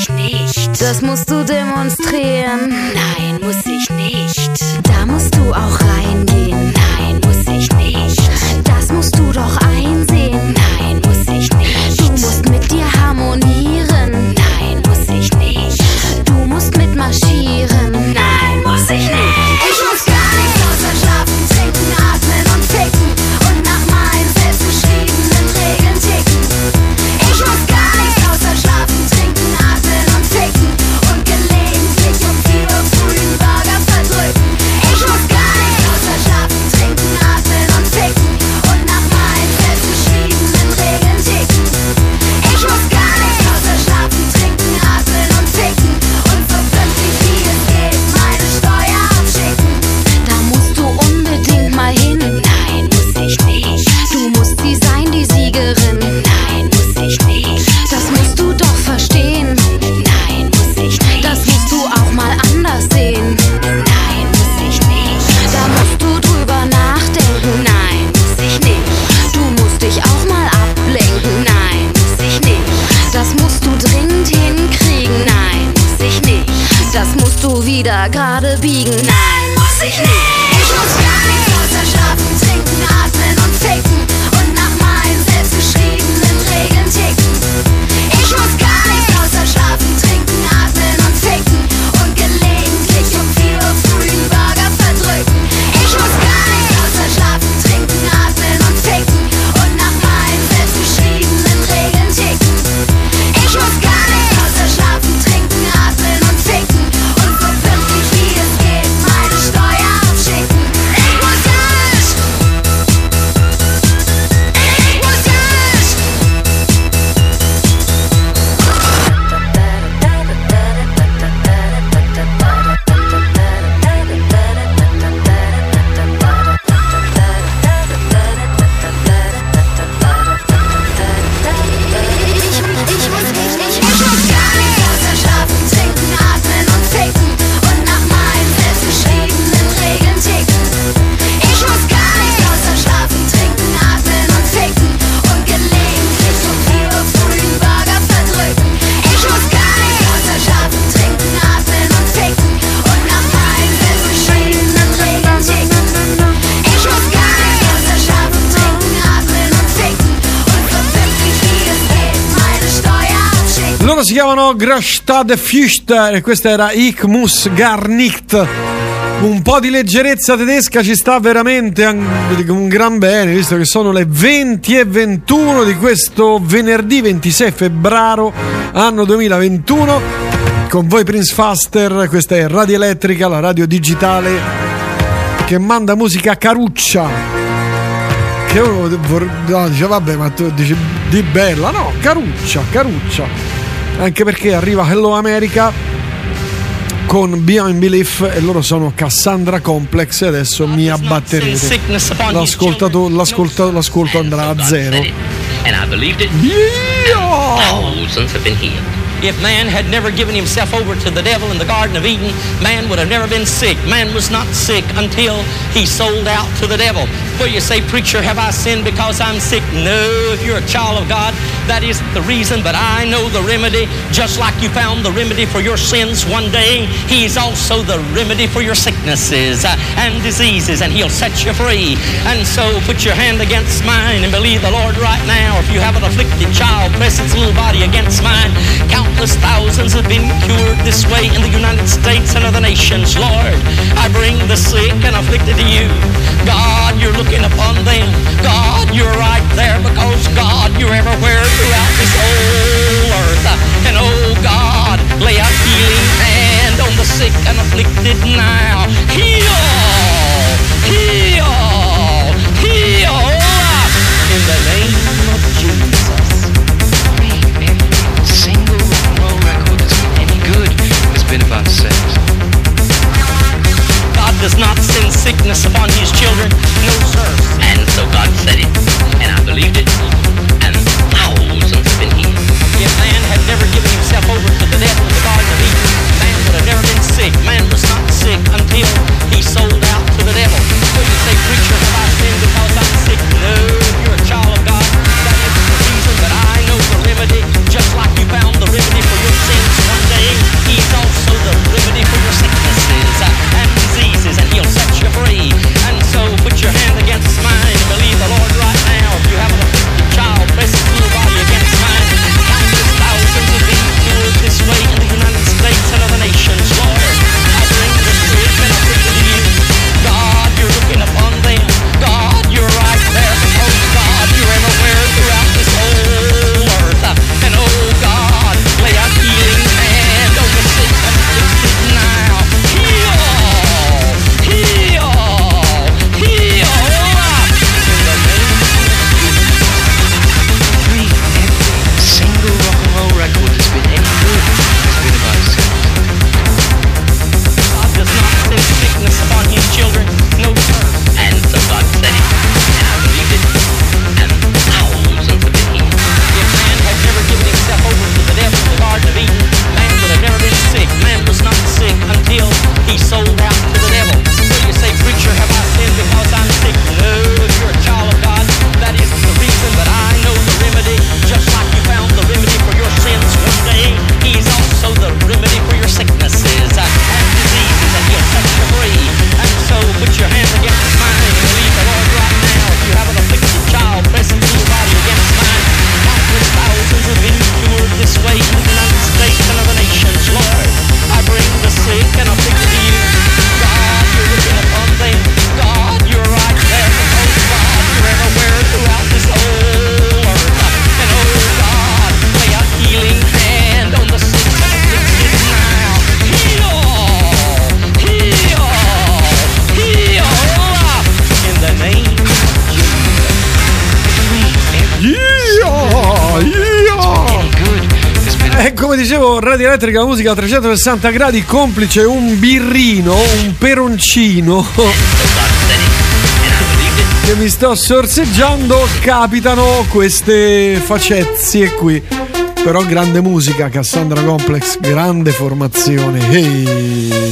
ich nicht. Das musst du demonstrieren. Nein, muss ich nicht. Da musst du auch reingehen. Nein, muss ich nicht. Das musst du doch einsehen. Nein, muss ich nicht. Du musst mit dir harmonieren. Nein, muss ich nicht. Du musst mitmarschieren. Nein, muss ich nicht. Ich muss gar nichts außer schlafen, trinken, atmen und ficken und nach meinen selbstgeschriebenen Regeln ticken. Ich muss gar nichts außer schlafen, trinken, atmen und ficken und gelegentlich um 4 Uhr früh einen Burger verdrücken. Ich muss gar nichts außer schlafen, trinken, atmen und ficken und nach meinen selbstgeschriebenen Regeln ticken. Ich muss gar nichts außer schlafen, trinken, atmen und ficken und so pünktlich wie es geht meine Steuer abschicken. Da musst du unbedingt mal hin. Nein, muss ich nicht. Du musst sie sein, die Siegerin. Nein, muss ich nicht. Das musst du doch verstehen. Nein, muss ich nicht. Das musst du auch mal anders sehen. Nein, muss ich nicht. Da musst du drüber nachdenken. Nein, muss ich nicht. Du musst dich auch mal ablenken. Nein, muss ich nicht. Das musst du dringend hinkriegen. Nein, muss ich nicht. Das musst du wieder gerade biegen. Nein, muss ich nicht. Ich muss gar nichts außer schlafen, trinken, atmen und ficken und nach meinen selbstgeschriebenen Regeln ticken. Ich muss gar nichts außer schlafen, trinken, atmen und ficken und gelegentlich um 4 Uhr früh einen Burger verdrücken. Ich muss gar nichts außer schlafen, trinken, atmen und ficken und nach meinen selbstgeschriebenen Regeln ticken. Ich muss gar nichts außer schlafen, trinken, atmen und ficken und so pünktlich wie es geht meine Steuer abschicken. Ich muss nicht. Ich muss nicht. Ich muss gar nichts außer schlafen, trinken, atmen und ficken und nach meinen selbstgeschriebenen Regeln ticken. Ich muss gar nichts außer schlafen, trinken, atmen und ficken und gelegentlich um 4 Uhr früh einen Burger verdrücken. Ich muss gar nichts außer schlafen, trinken, atmen und ficken und nach meinen selbstgeschriebenen Regeln ticken. Ich muss gar nichts außer schlafen, trinken, atmen und ficken und so pünktlich wie es geht meine Steuer abschicken. Loro si chiamano Grastad Füchter e questa era Ich muss gar nicht. Un po' di leggerezza tedesca ci sta veramente un gran bene, visto che sono le 20:21 di questo venerdì 26 febbraio anno 2021. Con voi Prince Faster, questa è Radio Elettrica, la radio digitale che manda musica caruccia. Che uno dice vabbè, ma tu dici di bella, no, caruccia. Anche perché arriva Hello America con Beyond Belief e loro sono Cassandra Complex e adesso mi abbatterete. L'ascolto andrà a zero. And I believed it. Thousands have been healed. If man had never given himself over to the devil in the Garden of Eden, man would have never been sick. Man was not sick until he sold out to the devil. Well, you say, preacher, have I sinned because I'm sick? No, if you're a child of God, that isn't the reason, but I know the remedy. Just like you found the remedy for your sins one day, He's also the remedy for your sicknesses and diseases, and He'll set you free. And so put your hand against mine and believe the Lord right now. If you have an afflicted child, press its little body against mine. Countless thousands have been cured this way in the United States and other nations. Lord, I bring the sick and afflicted to you. God, you're looking upon them. God, you're right there because God, you're everywhere throughout this whole earth. And oh God, lay a healing hand on the sick and afflicted now. Heal, heal, heal in the name of Jesus. Every single world record that's any good has been about sex. God does not send sickness upon His children, no sir. And so God said it, and I believed it, and thousands have been healed. If man had never given himself over to the devil in the Garden of Eden, man would have never been sick. Man was not sick until he sold out to the devil. So you say, preacher, have I sinned because I'm sick? No, if you're a child of God, that isn't the reason, but I know the remedy, just like you found the remedy for your sins one come dicevo, Radio Elettrica, la musica a 360 gradi, complice un birrino, un peroncino che mi sto sorseggiando, capitano queste facezie qui. Però grande musica, Cassandra Complex, grande formazione. Hey.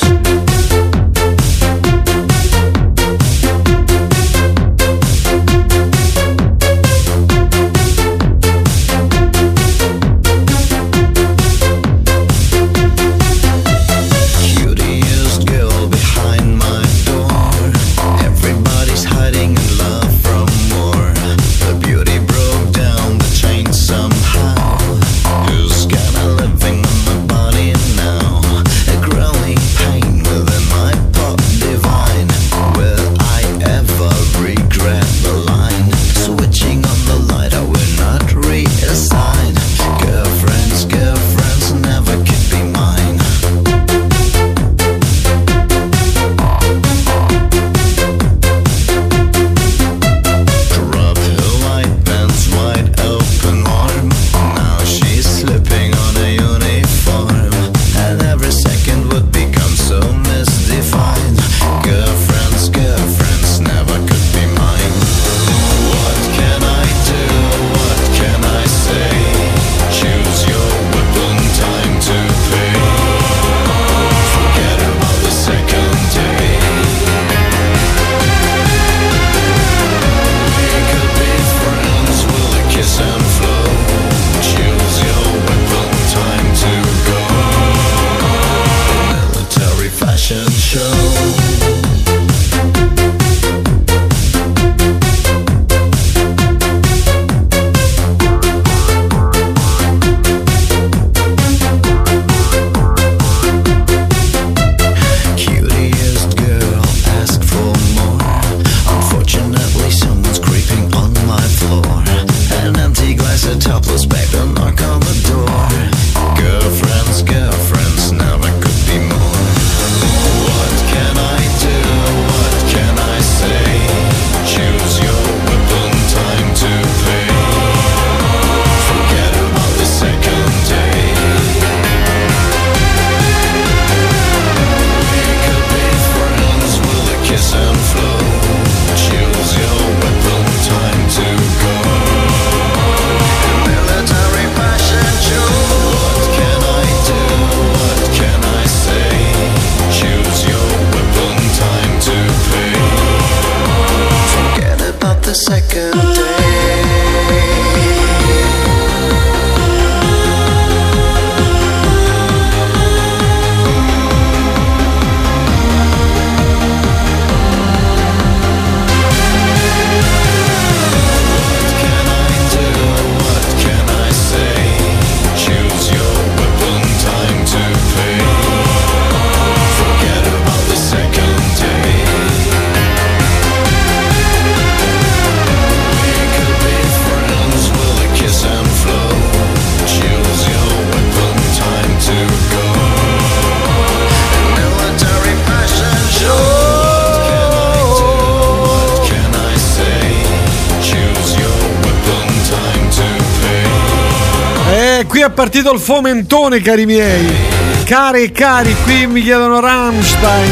Qui è partito il fomentone, cari miei. Care e cari, qui mi chiedono Rammstein.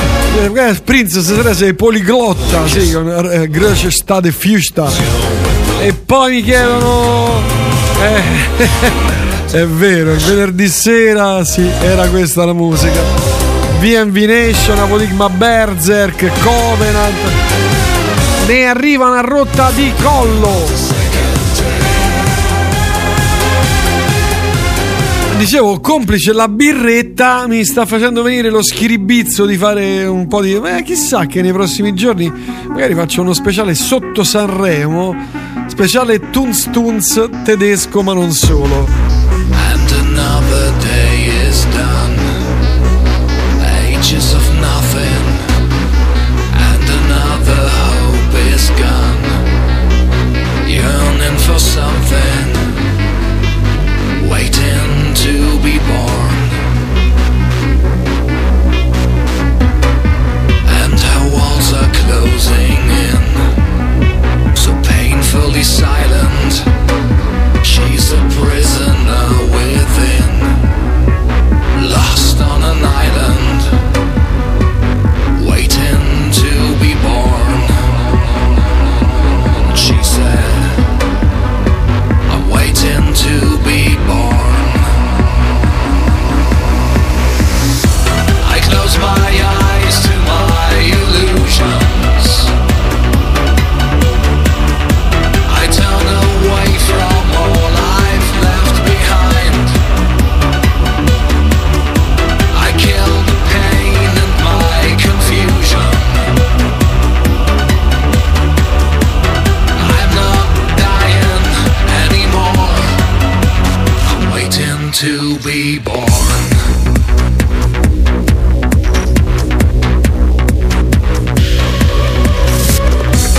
Prince, stasera sei poliglotta, sì, con Größe Stade Fiusta. E poi mi chiedono... è vero, il venerdì sera, sì, era questa la musica. VMV Nation, Apodigma Berserk, Covenant. Ne arriva una rotta di collo. Dicevo, complice la birretta, mi sta facendo venire lo schiribizzo di fare un po' di... chissà che nei prossimi giorni magari faccio uno speciale sotto Sanremo, speciale Tunz Tunz tedesco, ma non solo. And another day is done, ages of nothing, and another hope is gone, yearning for something, waiting to be born. And her walls are closing in, so painfully silent. She's a prisoner within.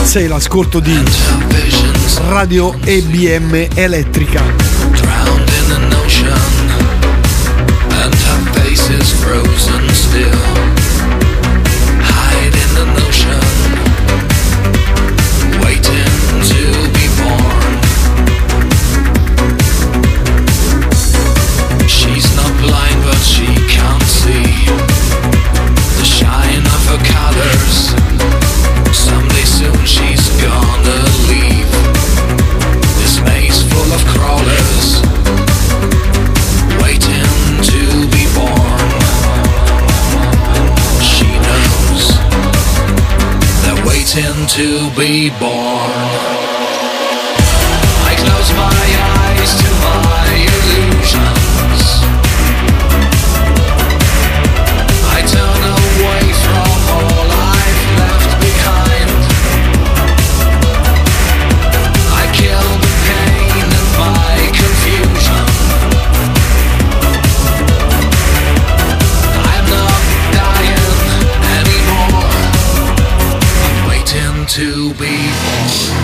sei l'ascolto di Radio EBM Elettrica. Drowned in an ocean, and her face is frozen still. Hide in an ocean, waiting to be born. She's not blind, but she can't see the shine of her colors. Someday soon she's gonna leave this maze full of crawlers, waiting to be born. She knows they're waiting to be born. I close my eyes to my illusions. I turn away from all I've left behind. I kill the pain and my confusion. I'm not dying anymore. I'm waiting to be born.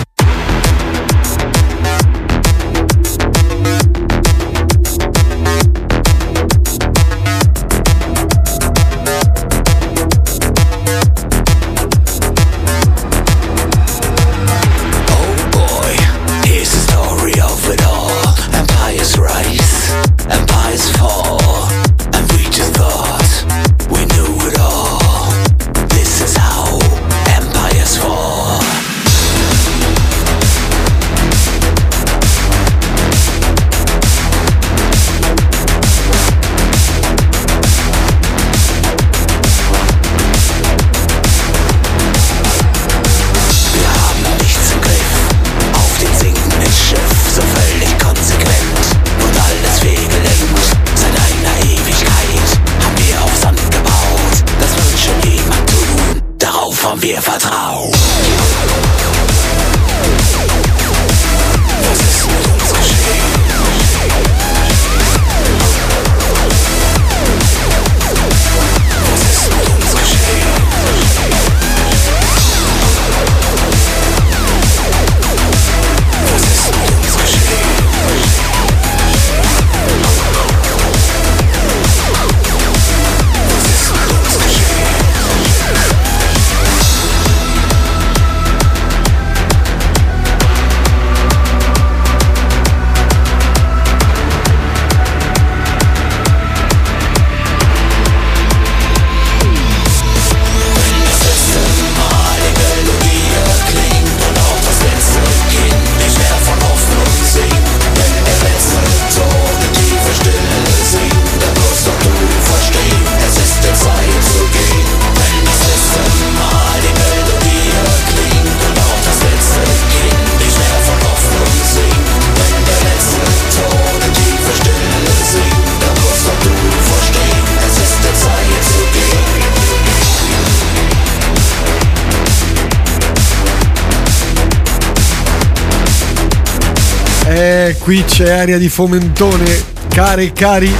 Wir vertrauen. Was ist mit uns geschehen? Was ist mit uns geschehen? Was ist mit uns geschehen? Was ist mit uns geschehen? Qui c'è aria di fomentone, care e cari.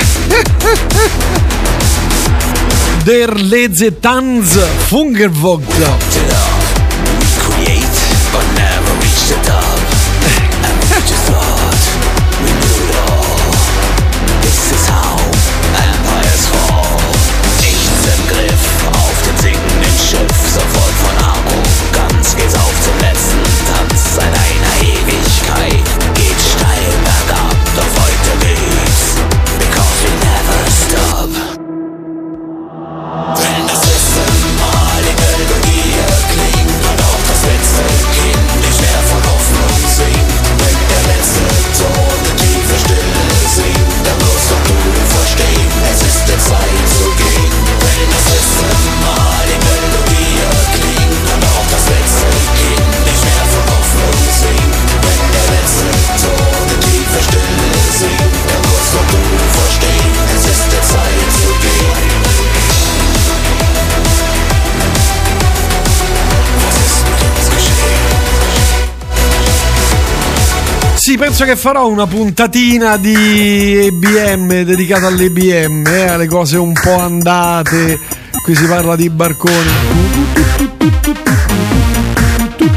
Der Leze Tanz Fungervogt. Sofort von Arroganz geht's auf zum letzten Tanz. Seit einer Ewigkeit geht steil bergab, doch heute geht's, because we never stop. Wenn das letzte Mal die Melodie erklingt und auch das letzte Kind nicht mehr von Hoffnung singt, wenn der letzte Ton in tiefe Stille singt, dann musst doch du verstehen, es ist der Zeit zu gehen. Wenn das letzte Mal die Melodie erklingt und auch das letzte Kind nicht mehr von Hoffnung singt, wenn der letzte Ton in tiefe Stille singt, dann musst doch du verstehen, es ist der Zeit zu gehen. Was ist mit uns geschehen? Sì, penso che farò una puntatina di EBM dedicata all'EBM, alle cose un po' andate. Qui si parla di barconi.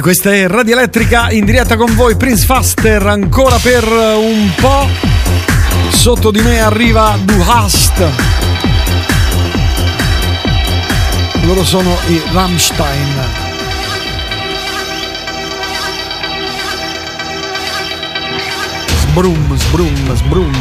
questa è Radio Elettrica, in diretta con voi Prince Faster ancora per un po'. Sotto di me arriva Du Hast. Loro sono i Rammstein. Sbrum, sbrum, sbrum.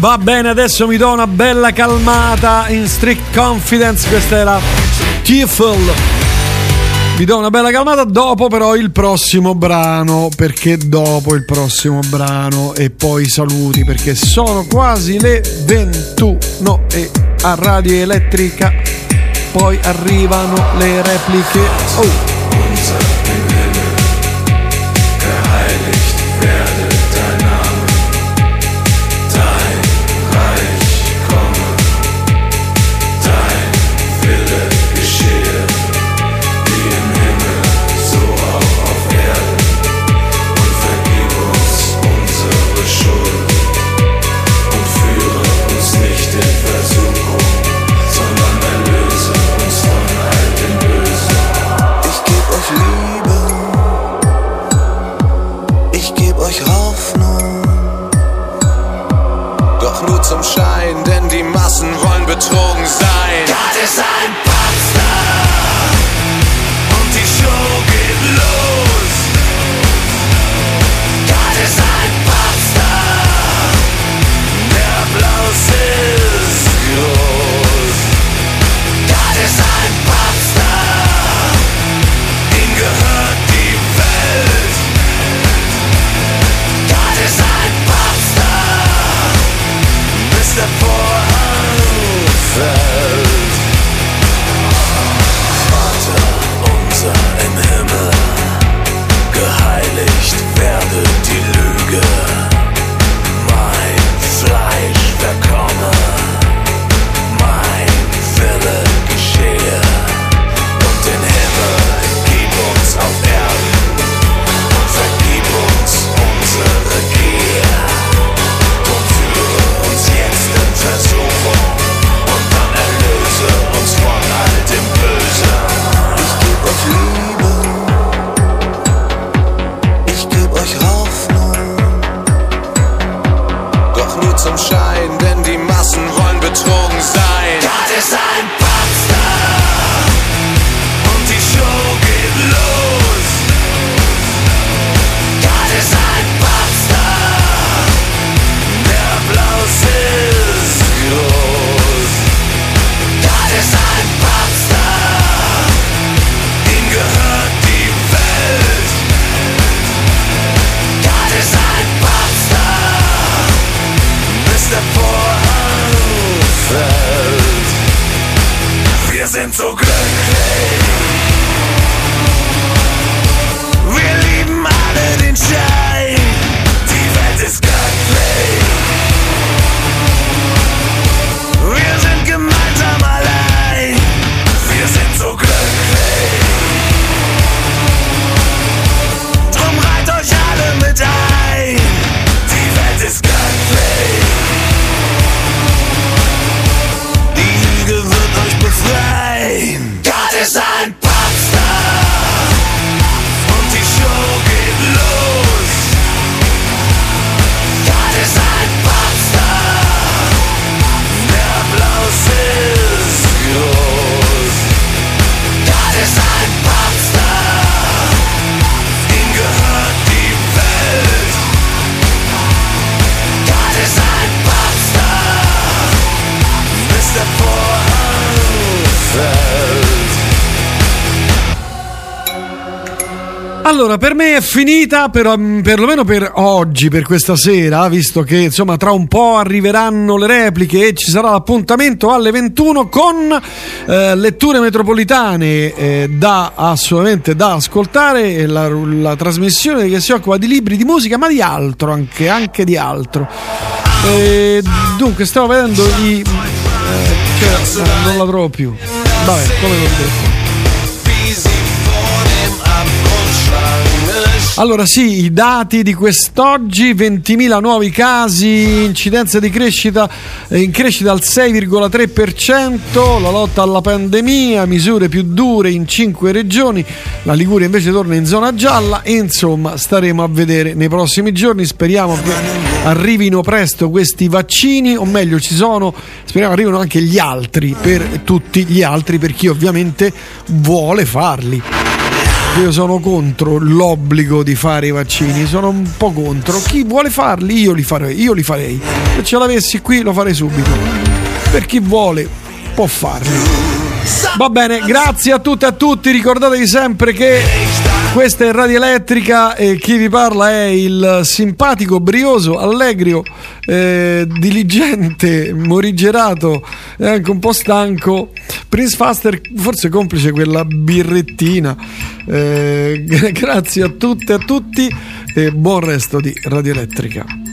Va bene, adesso mi do una bella calmata in Strict Confidence. Questa era Tearful. Vi do una bella calmata dopo però il prossimo brano, perché dopo il prossimo brano e poi i saluti, perché sono quasi le 21 e a Radio Elettrica poi arrivano le repliche. Oh. Zum Schein, denn die Massen wollen betrogen sein. Gott ist ein Popstar und die Show geht los. Gott ist ein Popstar, der Applaus ist groß. Gott ist ein Popstar, ihm gehört die Welt. Gott ist ein Popstar, bis der Vorhang fällt. Vater unser im Himmel, geheiligt werde die Lüge. Mein Fleisch verkomme, mein Wille geschehe. Und den Himmel gib uns auf Erden und vergib uns unsere Gier. Und führe uns jetzt in Versuchung und dann erlöse uns von all dem Bösen. Ich geb euch Liebe, ich geb euch Hoffnung, doch nur zum Schein, denn die Massen wollen betrogen sein. Gott ist ein Popstar und die Show geht los. Gott ist ein Popstar, der Applaus ist groß. Gott ist ein Popstar, ihm gehört die Welt. Gott ist ein Popstar, bis der Vorhang fällt. Wir sind so glücklich, wir lieben alle den Schein. Die Welt ist göttlich, wir sind gemeinsam allein. Wir sind so glücklich, drum reiht euch alle mit ein. Die Welt ist göttlich, die Lüge wird euch befreien. Gott ist ein Popstar und die Show geht los. Gott ist ein Popstar, der Applaus ist groß. Gott ist ein Popstar, ihm gehört die Welt. Gott ist ein Popstar, bis der Vorhang fällt. Allora, per me è finita, perlomeno per oggi, per questa sera, visto che insomma tra un po' arriveranno le repliche e ci sarà l'appuntamento alle 21 con letture metropolitane assolutamente da ascoltare, la trasmissione che si occupa di libri di musica, ma di altro, anche di altro. Dunque, stavo vedendo non la trovo più. Vabbè, come l'ho detto. Allora sì, i dati di quest'oggi: 20.000 nuovi casi, incidenza di crescita in crescita al 6,3%, la lotta alla pandemia, misure più dure in 5 regioni, la Liguria invece torna in zona gialla e insomma staremo a vedere nei prossimi giorni. Speriamo che arrivino presto questi vaccini, o meglio speriamo arrivino anche gli altri, per tutti gli altri, per chi ovviamente vuole farli. che io sono contro l'obbligo di fare i vaccini, sono un po' contro. Chi vuole farli, io li farei. Se ce l'avessi qui lo farei subito. Per chi vuole può farli. Va bene, grazie a tutte e a tutti, ricordatevi sempre che questa è Radio Elettrica e chi vi parla è il simpatico, brioso, allegro, diligente, morigerato e anche un po' stanco Prince Faster, forse complice quella birrettina. Grazie a tutte e a tutti e buon resto di Radio Elettrica.